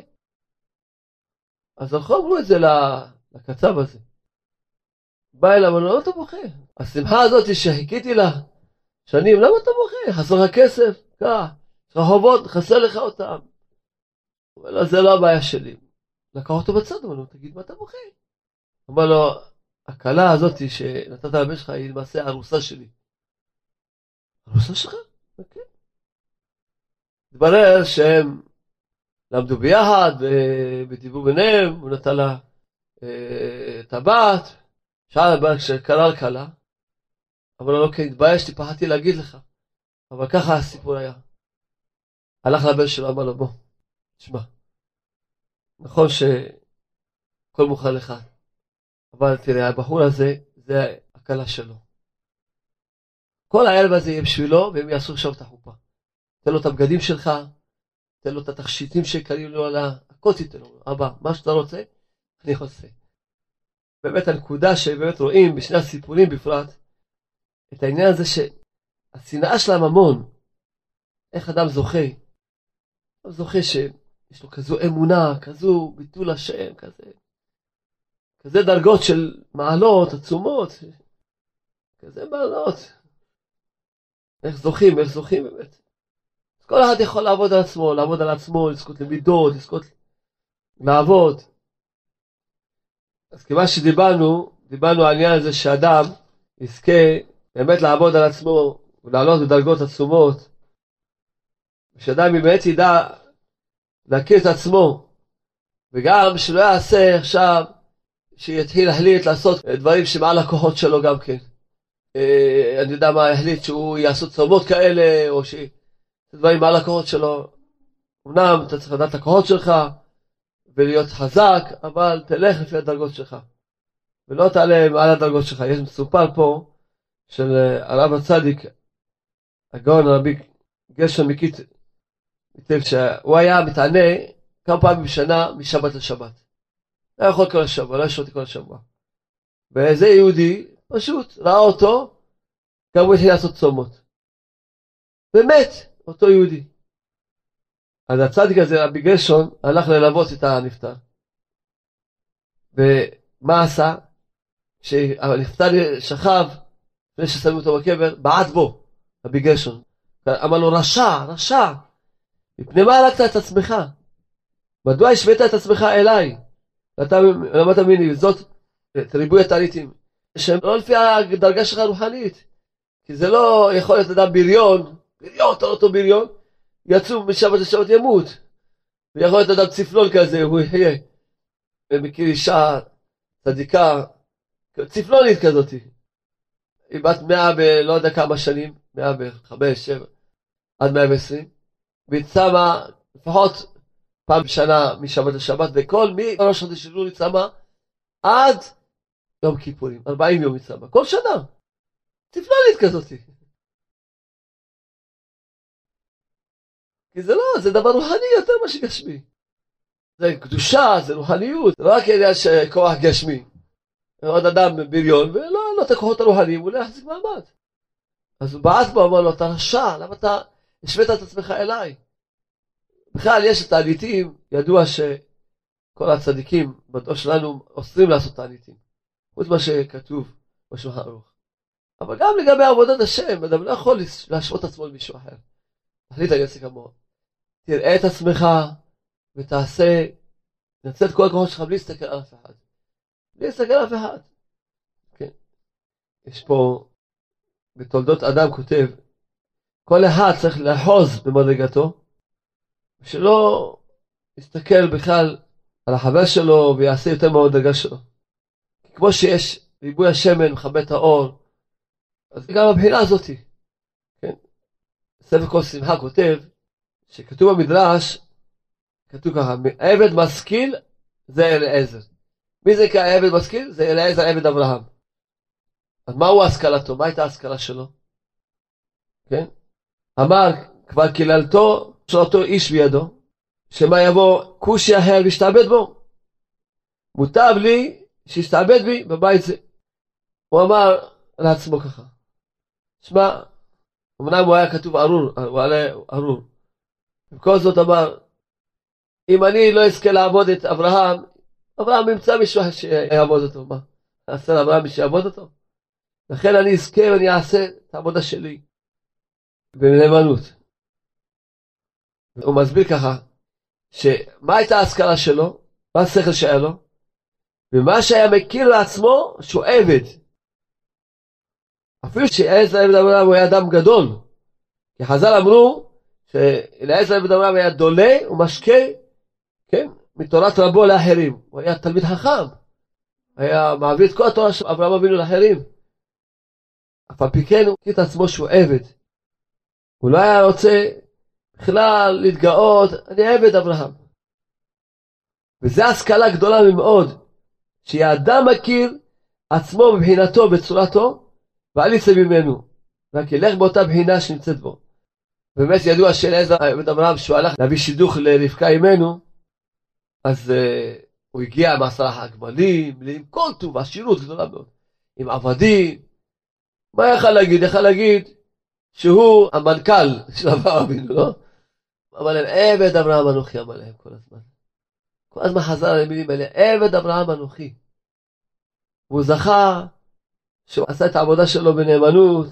אז הלכו אמרו את זה לקצב הזה. בא אליו, אמרו, למה אתה בוכה? השמחה הזאת שחיכיתי לה שנים, למה אתה בוכה? חסר לך כסף, כך, יש לך חובות, חסר לך אותם. הוא אומר לו, זה לא הבעיה שלי. לקח אותו בצד, אמר לו, תגיד מה אתה בוכה? אמר לו, הקלה הזאת שנתת לבן שלך היא למעשה הרוסה שלי. הרוסה שלך? כן. התברר שהם למדו ביחד, ודיברו ביניהם, הוא נתן לה את הבת, שאל כשקרא לקלה, אבל לא כן, התביישתי, פחדתי להגיד לך. אבל ככה הסיפור היה. הלך לבן שלו, אמר לו, בוא, תשמע, נכון שכל מוכן לך, אבל תראה, הבחור הזה, זה הקלה שלו. כל הערב הזה יהיה בשבילו, והם יעשו עכשיו את החופה. תן לו את הבגדים שלך, תן לו את התכשיטים שקרים לו על הכל תיתן לו. אבא, מה שאתה רוצה, אני עושה. באמת הנקודה שבאמת רואים בשני הסיפורים בפרט, את העניין הזה שהשנאה של הממון, איך אדם זוכה, הוא זוכה שיש לו כזו אמונה, כזו ביטול השם, כזה, כזה דרגות של מעלות, עצומות, כזה מעלות. איך זוכים, איך זוכים באמת. אז כל אחד יכול לעבוד על עצמו, לעבוד על עצמו, לזכות למידות, לזכות לעבוד. אז כיוון שדיברנו, דיברנו על העניין הזה שאדם יזכה באמת לעבוד על עצמו, ולעלות בדרגות עצומות, ושאדם באמת ידע להכיר את עצמו, וגם שלא יעשה עכשיו, שיתחיל להחליט לעשות דברים שמעל הכוחות שלו גם כן. אני יודע מה, החליט שהוא יעשות צומות כאלה, או שדברים מעל הכוחות שלו. אמנם אתה צריך לדעת את הכוחות שלך, ולהיות חזק, אבל תלך לפי הדרגות שלך. ולא תעלה מעל הדרגות שלך. יש מסופר פה, של הרב הצדיק, הגאון הרבי גרשון מקית, שהוא היה מתענה כמה פעמים בשנה משבת לשבת. לא יכול כל השבוע, לא ישרותי כל השבוע. ואיזה יהודי, פשוט, ראה אותו, גם הוא התחיל לעשות צומות. באמת, אותו יהודי. אז הצדיק הזה, רבי גרשון, הלך ללוות את הנפטר. ומה עשה? כשהנפטר שכב, לפני ששמים אותו בקבר, בעט בו, רבי גרשון. אמר לו, רשע, רשע. מפני מה הלכת את עצמך? מדוע השווית את עצמך אליי? למה תאמיני, זאת ריבוי התעניתים, שהם לא לפי הדרגה שלך רוחנית. כי זה לא יכול להיות אדם בריון, בריון, אתה לא אותו בריון, יצאו משבת לשבת ימות. ויכול להיות אדם צפלון כזה, הוא יחיה. ומכיר אישה צדיקה, צפלונית כזאת. היא בת מאה ולא יודע כמה שנים, מאה וחמש, שבע, עד מאה ועשרים. והיא צמה לפחות פעם בשנה משבת לשבת, וכל מי ראש חודש אלול היא צמה עד יום כיפורים, ארבעים יום היא צמה, כל שנה. צפלונית כזאת. כי זה לא, זה דבר רוחני יותר מה שגשמי. זה קדושה, זה רוחניות, זה לא רק עניין של כוח גשמי. עוד אדם בריון, ולא, לא את הכוחות הרוחניים, הוא לא יחזיק מעמד. אז הוא בעט בו, אמר לו, אתה רשע, למה אתה השווית את עצמך אליי? בכלל יש תעניתים, ידוע שכל הצדיקים בדור שלנו אוסרים לעשות תעניתים. חוץ מה שכתוב בשולחן ערוך. אבל גם לגבי עבודת השם, אדם לא יכול להשוות עצמו למישהו אחר. תחליט אני אעשה כמוהו. תראה את עצמך ותעשה, נצא את כל הכוחות שלך בלי להסתכל על אף אחד. בלי להסתכל על אף אחד. כן. יש פה, בתולדות אדם כותב, כל אחד צריך לאחוז במדרגתו, שלא יסתכל בכלל על החבר שלו ויעשה יותר מהמדרגה שלו. כמו שיש ריבוי השמן מכבה את האור, אז גם הבחינה הזאת. כן. ספר כל שמחה כותב, שכתוב במדרש, כתוב ככה, עבד משכיל זה אליעזר. מי זה כעבד משכיל? זה אליעזר עבד אברהם. אז מהו השכלתו? מה הייתה ההשכלה שלו? כן? אמר, כבר קיללתו של אותו איש בידו, שמה יבוא כושי אחר וישתעבד בו. מוטב לי שישתעבד בי בבית זה. הוא אמר לעצמו ככה, שמע, אמנם הוא היה כתוב ארור, הוא עלה ארור. ובכל זאת אמר, אם אני לא אזכה לעבוד את אברהם, אברהם ימצא מישהו שיעבוד אותו. מה? אעשה לאברהם מישהו שיעבוד אותו? לכן אני אזכה ואני אעשה את העבודה שלי. בנאמנות. הוא מסביר ככה, שמה הייתה ההשכלה שלו? מה השכל שהיה לו? ומה שהיה מכיר לעצמו שהוא עבד. אפילו שאליעזר עבד אברהם הוא היה אדם גדול. כי חז"ל אמרו שאליעזר עבד אברהם היה דולה ומשקה, כן? מתורת רבו לאחרים. הוא היה תלמיד חכם. היה מעביר את כל התורה של אברהם אבינו לאחרים. אף על פי כן הוא מכיר את עצמו שהוא עבד. הוא לא היה רוצה בכלל להתגאות, אני עבד אברהם. וזו השכלה גדולה מאוד, שהאדם מכיר עצמו בבחינתו, בצורתו, ואל יצא ממנו, רק ילך באותה בחינה שנמצאת בו. באמת ידוע שאליעזר עבד אברהם, שהוא הלך להביא שידוך לרבקה אמנו, אז uh, הוא הגיע עם עשרה הגמלים, עם כל טוב, עשירות גדולה מאוד, עם עבדים. מה יכל להגיד? יכל להגיד שהוא המנכ"ל של אברהם אבינו, לא? אבל הם עבד אברהם אנוכי, אמר להם כל הזמן. כל הזמן חזר על המילים האלה, עבד אברהם אנוכי. והוא זכה שהוא עשה את העבודה שלו בנאמנות,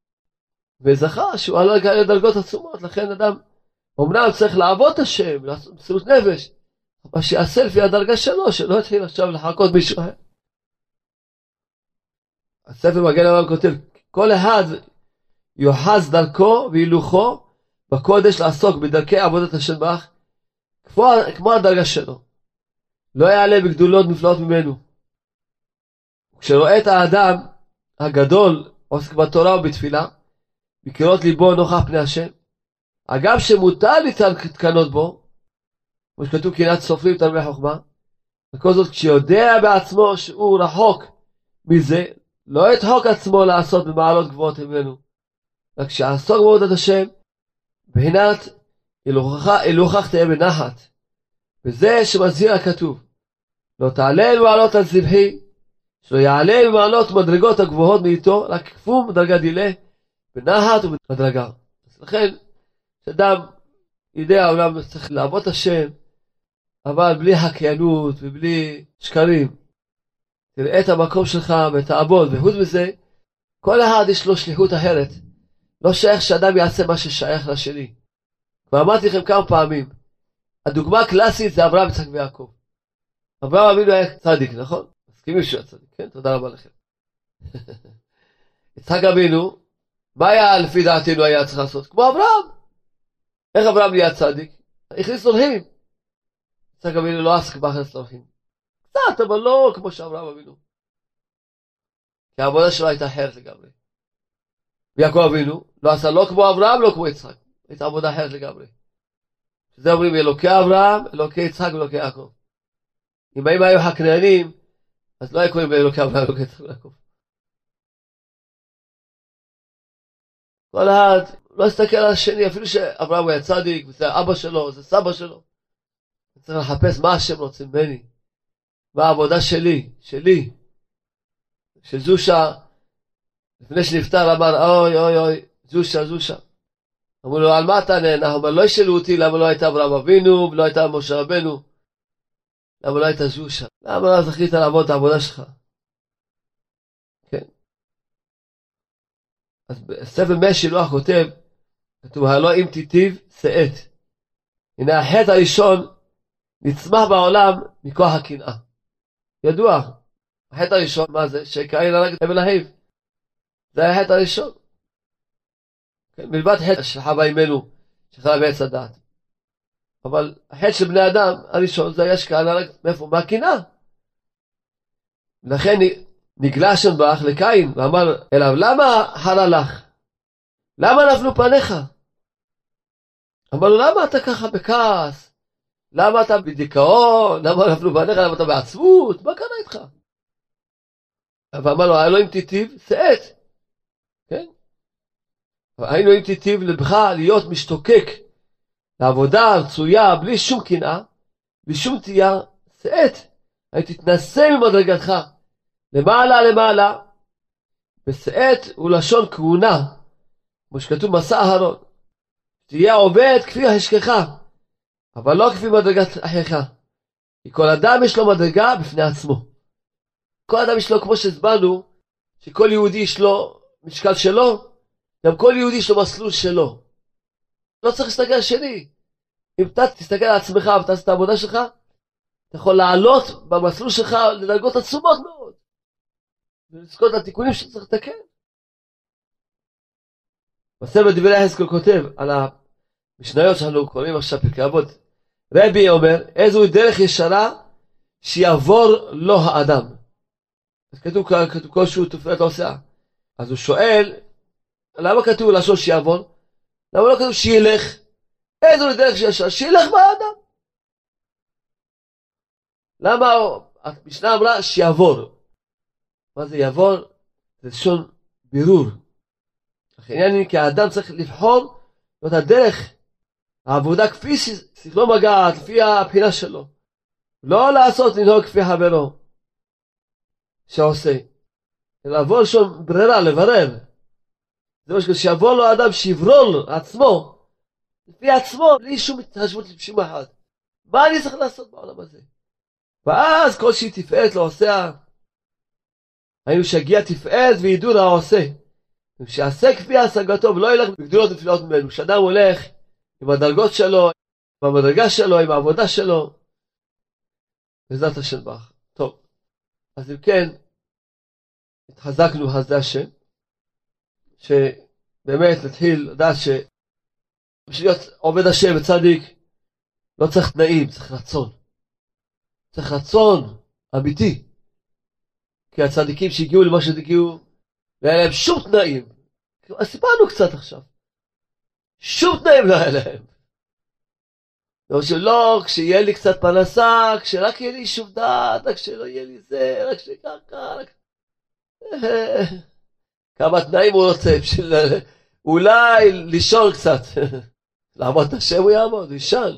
וזכה שהוא עלה לדרגות עצומות. לכן אדם אומנם צריך לעבוד את השם, לעשות מסירות נפש, אבל שיעשה לפי הדרגה שלו, שלא יתחיל עכשיו לחכות מישהו אחר. הספר מגן אברהם כותב, כל אחד יוחז דרכו והילוכו בקודש לעסוק בדרכי עבודת השם בך, כמו, כמו הדרגה שלו. לא יעלה בגדולות נפלאות ממנו. כשרואה את האדם הגדול עוסק בתורה ובתפילה, בקירות ליבו נוכח פני השם, אגב שמותר להתקנות בו, כמו שכתוב קנאת סופרים תלמידי חוכמה, וכל זאת כשיודע בעצמו שהוא רחוק מזה, לא ידחוק עצמו לעשות במעלות גבוהות ממנו, רק שעסוק בעבודת השם, בחינת הילוכך תהיה בנחת. וזה שמזהיר הכתוב, לא תעלה במעלות על זבחי, שלא יעלה במעלות מדרגות הגבוהות מאיתו, רק כפום מדרגה דילה, בנחת ובדרגה. אז לכן, שאדם יודע, אולי צריך לעבוד את השם, אבל בלי הקיינות ובלי שקרים. תראה את המקום שלך ותעבוד, וחוץ מזה, כל אחד יש לו שליחות אחרת. לא שייך שאדם יעשה מה ששייך לשני. כבר אמרתי לכם כמה פעמים, הדוגמה הקלאסית זה אברהם, יצחק ויעקב. אברהם אבינו היה צדיק, נכון? מסכימים שהוא היה צדיק, כן? תודה רבה לכם. יצחק אבינו, מה היה לפי דעתנו היה צריך לעשות? כמו אברהם. איך אברהם נהיה צדיק? הכניס אורחים. יצחק אבינו לא עסק בהכנסת אורחים. קצת, אבל לא כמו שאברהם אבינו. כי העבודה שלו הייתה אחרת לגמרי. ויעקב אבינו לא עשה לא כמו אברהם, לא כמו יצחק. הייתה עבודה אחרת לגמרי. שזה אומרים אלוקי אברהם, אלוקי יצחק ואלוקי יעקב. אם הם היו הכנענים, אז לא היה קוראים אלוקי אברהם, אלוקי יצחק ויעקב. כל אחד לא הסתכל על השני, אפילו שאברהם היה צדיק, וזה אבא שלו, זה סבא שלו. צריך לחפש מה השם רוצה ממני. מה העבודה שלי, שלי. שזושה, לפני שנפטר אמר, אוי אוי אוי, זושה, זושה. אמרו לו, על מה אתה נהנה? הוא אומר, לא ישאלו אותי למה לא הייתה אברהם אבינו, ולא הייתה משה רבנו. למה לא הייתה זושה? למה לא זכית לעבוד את העבודה שלך? כן. אז בספר מאה שילוח כותב, כתוב, הלא אם תיטיב, שאת. הנה החטא הראשון, נצמח בעולם מכוח הקנאה. ידוע, החטא הראשון, מה זה? שקין הרג את הבל אחיו. זה היה החטא הראשון. כן, מלבד חטא של חווה אימנו, שחלה בעץ הדעת. אבל החטא של בני אדם הראשון, זה היה שקין הרג, מאיפה? מהקנאה. לכן נגלה השם ברך לקין, ואמר אליו, למה חרה לך? למה נפלו פניך? אמר לו, למה אתה ככה בכעס? למה אתה בדיכאון? למה נפלו פניך? למה אתה בעצבות? מה קרה איתך? ואמר לו, אלוהים תיטיב, שאת. כן? היינו אם תיטיב לבך להיות משתוקק לעבודה רצויה, בלי שום קנאה, בלי שום תייה, שאת. הייתי תתנסה ממדרגתך, למעלה למעלה, ושאת הוא לשון כהונה, כמו שכתוב מסע אהרון. תהיה עובד כפי חשקך, אבל לא כפי מדרגת אחיך. כי כל אדם יש לו מדרגה בפני עצמו. כל אדם יש לו, כמו שהסברנו, שכל יהודי יש לו משקל שלו, גם כל יהודי יש לו מסלול שלו. לא צריך להסתכל על שני. אם אתה תסתכל על עצמך ותעשה את העבודה שלך, אתה יכול לעלות במסלול שלך לדרגות עצומות מאוד. ולזכות לתיקונים שצריך לתקן. בספר דברי יחזקאל כותב על המשניות שאנחנו קוראים עכשיו פרקי אבות. רבי אומר, איזו דרך ישרה שיעבור לו האדם. אז כתוב, כתוב כל שהוא תופעת לעושה. אז הוא שואל, למה כתוב לשון שיעבור? למה לא כתוב שילך? איזו דרך שישרה? שילך באדם. למה המשנה אמרה שיעבור? מה זה יעבור? זה לשון בירור. העניין היא כי האדם צריך לבחור את הדרך, העבודה כפי שכלו מגעת, לפי הבחינה שלו. לא לעשות לנהוג כפי חברו שעושה. אלא לעבור לשון ברירה, לברר. זה מה שכתוב, שיעבור לו האדם שיברול עצמו, לפי עצמו, בלי שום התחשבות לשום אחד. מה אני צריך לעשות בעולם הזה? ואז כל שהיא תפעלת לא עושה, היינו שיגיע תפעלת וידעו לה עושה. שיעשה כפי השגתו ולא ילך בגדולות נפילות ממנו. שאדם הולך עם הדרגות שלו, עם המדרגה שלו, עם העבודה שלו. בעזרת השם ברך. טוב, אז אם כן, התחזקנו חסדי השם, שבאמת נתחיל לדעת שבשביל להיות עובד השם וצדיק, לא צריך תנאים, צריך רצון. צריך רצון אמיתי. כי הצדיקים שהגיעו למה שהגיעו, לא היה להם שום תנאים. אז סיפרנו קצת עכשיו. שום תנאים לא היה להם. לא, שלא, כשיהיה לי קצת פרנסה, כשרק יהיה לי שוב דעת, רק שלא יהיה לי זה, רק שככה, רק... כמה תנאים הוא רוצה, בשביל אולי לישון קצת. לעמוד את השם הוא יעמוד, הוא ישן.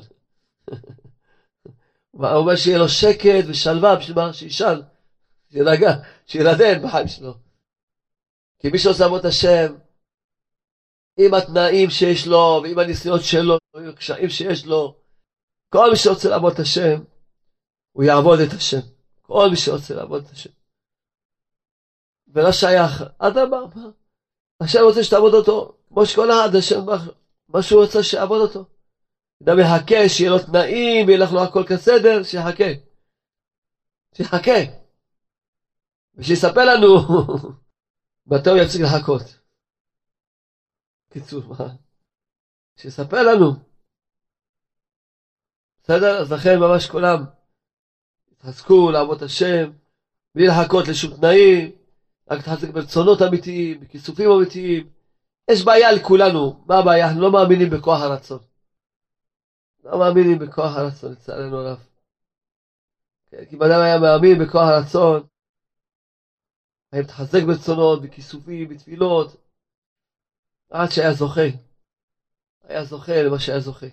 הוא אומר שיהיה לו שקט ושלווה, בשביל מה? שישן, שירגע, שירדן בחיים שלו. כי מי שעושה עבוד השם, עם התנאים שיש לו, ועם הניסיונות שלו, ועם הקשיים שיש לו, כל מי שרוצה לעבוד את השם, הוא יעבוד את השם. כל מי שרוצה לעבוד את השם. ולא שייך, אדמה, השם רוצה שתעבוד אותו, כמו שכל אחד, השם, מה שהוא רוצה שיעבוד אותו. אדם יחכה, שיהיה לו תנאים, וילך לו הכל כסדר, שיחכה. שיחכה. ושיספר לנו, מתי הוא יפסיק לחכות. קיצור, מה? שיספר לנו. בסדר? אז לכן ממש כולם תחזקו לעבוד השם, בלי לחכות לשום תנאים, רק תחזק ברצונות אמיתיים, בכיסופים אמיתיים. יש בעיה לכולנו. מה הבעיה? אנחנו לא מאמינים בכוח הרצון. לא מאמינים בכוח הרצון, לצערנו הרב. כן, כי אדם היה מאמין בכוח הרצון, היה מתחזק ברצונות, בכיסופים, בתפילות, עד שהיה זוכה. היה זוכה למה שהיה זוכה.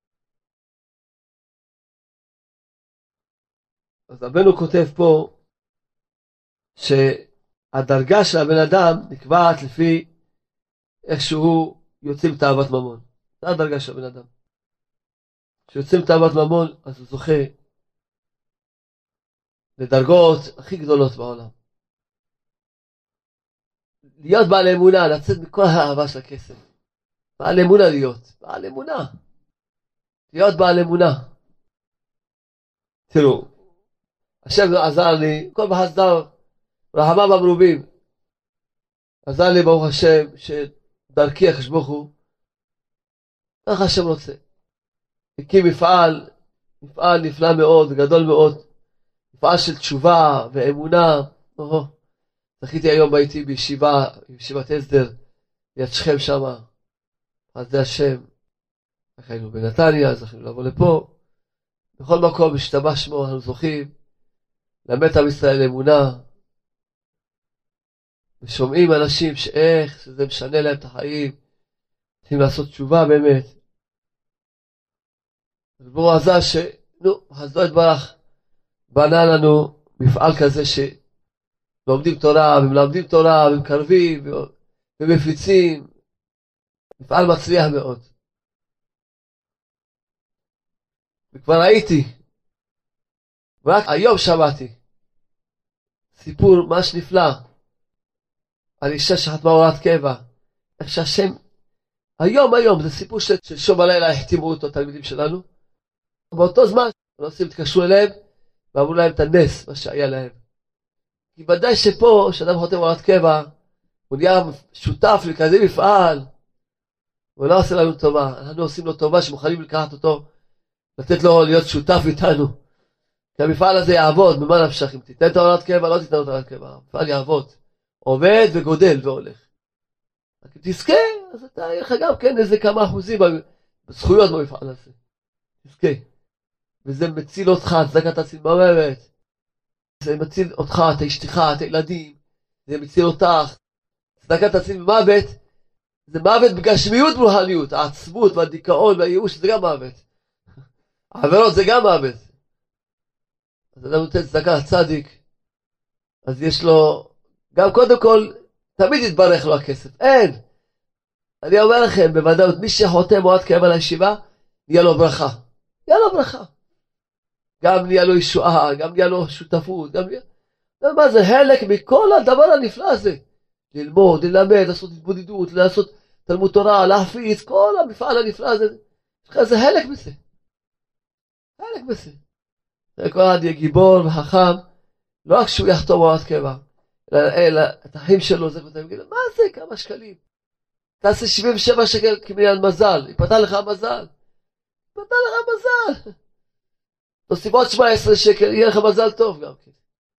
אז רבנו כותב פה, שהדרגה של הבן אדם נקבעת לפי איך שהוא יוצא עם תאוות ממון. זה הדרגה של הבן אדם. כשיוצא עם תאוות ממון, אז הוא זוכה לדרגות הכי גדולות בעולם. להיות בעל אמונה, לצאת מכל האהבה של הכסף. בעל אמונה להיות. בעל אמונה. להיות בעל אמונה. תראו, השם עזר לי, כל בחסדיו, רחמיו המרובים, עזר לי ברוך השם, שדרכי הקדוש ברוך הוא, איך השם רוצה. הקים מפעל, מפעל נפלא מאוד, גדול מאוד, מפעל של תשובה ואמונה. או, זכיתי היום ביתי בישיבה, בישיבת הסדר, ליד שכם שמה, אז זה השם. זכינו בנתניה, זכינו לבוא לפה, בכל מקום משתבש שמו, אנחנו זוכים, למד עם ישראל אמונה, ושומעים אנשים שאיך שזה משנה להם את החיים, צריכים לעשות תשובה באמת. ברוך עזר ש... נו, חסדו יתברך, בנה לנו מפעל כזה שלומדים תורה, ומלמדים תורה, ומקרבים, ומפיצים. מפעל מצליח מאוד. וכבר ראיתי, ורק היום שמעתי, סיפור ממש נפלא, על אישה שחתמה הוראת קבע, איך שהשם, היום היום, זה סיפור שלשום הלילה החתימו אותו, התלמידים שלנו, באותו זמן, הנושאים התקשרו אליהם, ואמרו להם את הנס, מה שהיה להם. כי ודאי שפה, שאדם חותם הוראת קבע, הוא נהיה שותף לכזה מפעל, הוא לא עושה לנו טובה, אנחנו עושים לו טובה, שמוכנים לקחת אותו, לתת לו להיות שותף איתנו, כי המפעל הזה יעבוד, במה נפשך, אם תיתן את הוראת קבע, לא תיתן את הוראת קבע, המפעל יעבוד, עובד וגודל והולך. רק אם תזכה, אז אתה יהיה לך גם כן איזה כמה אחוזים בזכויות במפעל הזה. תזכה. וזה מציל אותך, צדקת עצמי במוות. זה מציל אותך, את אשתך, את הילדים. זה מציל אותך. צדקת עצמי במוות, זה מוות בגשמיות ברוחניות. העצבות והדיכאון והייאוש זה גם מוות. העבירות זה גם מוות. אז אדם נותן צדקה צדיק, אז יש לו, גם קודם כל, תמיד יתברך לו הכסף. אין. אני אומר לכם, בוודאות, מי שחותם הוראת קבע לישיבה, נהיה לו ברכה. נהיה לו ברכה. גם נהיה לו ישועה, גם נהיה לו שותפות, גם נהיה... מה זה? חלק מכל הדבר הנפלא הזה. ללמוד, ללמד, לעשות התבודדות, לעשות תלמוד תורה, להפיץ, כל המפעל הנפלא הזה. זה חלק מזה. חלק מזה. כל אחד יהיה גיבור וחכם, לא רק שהוא יחתום הוראת קבע, אלא את האחים שלו, זה כותב, יגיד, מה זה? כמה שקלים? תעשה שבעים ושבע שקל כמניין מזל, יפתח לך מזל. יפתח לך מזל. תוסיף עוד שבע עשרה שקל, יהיה לך מזל טוב גם כן.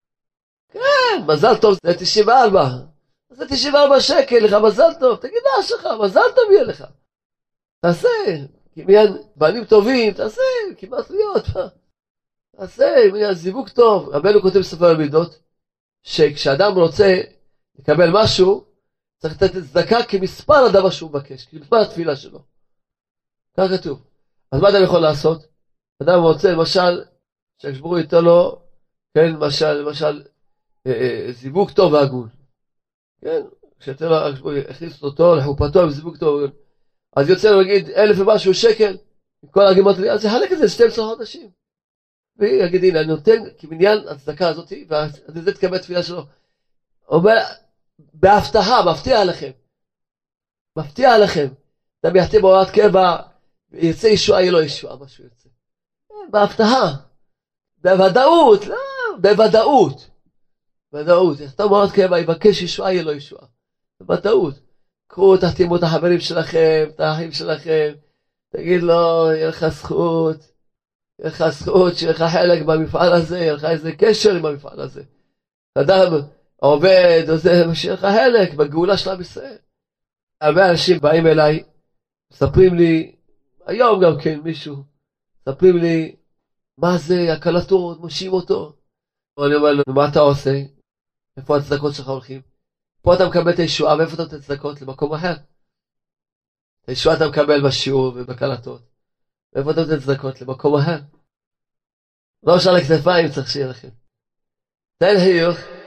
כן, מזל טוב זה תשעים וארבע. זה תשעים וארבע שקל, לך מזל טוב. תגיד מה שלך, מזל טוב יהיה לך. תעשה, כמניין בנים טובים, תעשה, כמעט להיות. תעשה, כמניין זיווג טוב. רבנו כותב בספר המידות, שכשאדם רוצה לקבל משהו, צריך לתת צדקה כמספר הדבר שהוא מבקש, כמספר התפילה שלו. כך כתוב. אז מה אדם יכול לעשות? אדם רוצה, למשל, שהקשברו ייתן לו, כן, למשל, למשל, אה, אה, זיווג טוב והגון. כן, כשאתן לו, הקשברו, הכניס אותו לחופתו עם זיווג טוב והגון. אז יוצא לו להגיד אלף ומשהו שקל, עם כל הגימות, אז יחלק את זה שתים עשרה חודשים. ויגיד, הנה, אני נותן כמניין הצדקה הזאת, ואני זה תקבל תפילה שלו. אומר, בהבטחה, מבטיח לכם. מבטיח לכם. אדם יחתים בהוראת קבע, יצא ישועה, יהיה לו ישועה, משהו יוצא. בהבטחה. בוודאות, לא, בוודאות. בוודאות. יחתים בהוראת קבע, יבקש ישועה, יהיה לו ישועה. בוודאות. קחו, תחתימו את החברים שלכם, את האחים שלכם, תגיד לו, יהיה לך זכות. יהיה לך זכות, שיהיה לך חלק במפעל הזה, יהיה לך איזה קשר עם המפעל הזה. אדם עובד, זה, שיהיה לך חלק בגאולה של עם ישראל. הרבה אנשים באים אליי, מספרים לי, היום גם כן מישהו, מספרים לי, מה זה, הקלטות, מושיעים אותו. אני אומר לו, מה אתה עושה? איפה הצדקות שלך הולכים? פה אתה מקבל את הישועה, ואיפה אתה נותן צדקות? למקום אחר. את הישועה אתה מקבל בשיעור ובקלטות. ואיפה אתה נותן צדקות? למקום אחר. לא אפשר לכתפיים, צריך שיהיה לכם. תן היוך.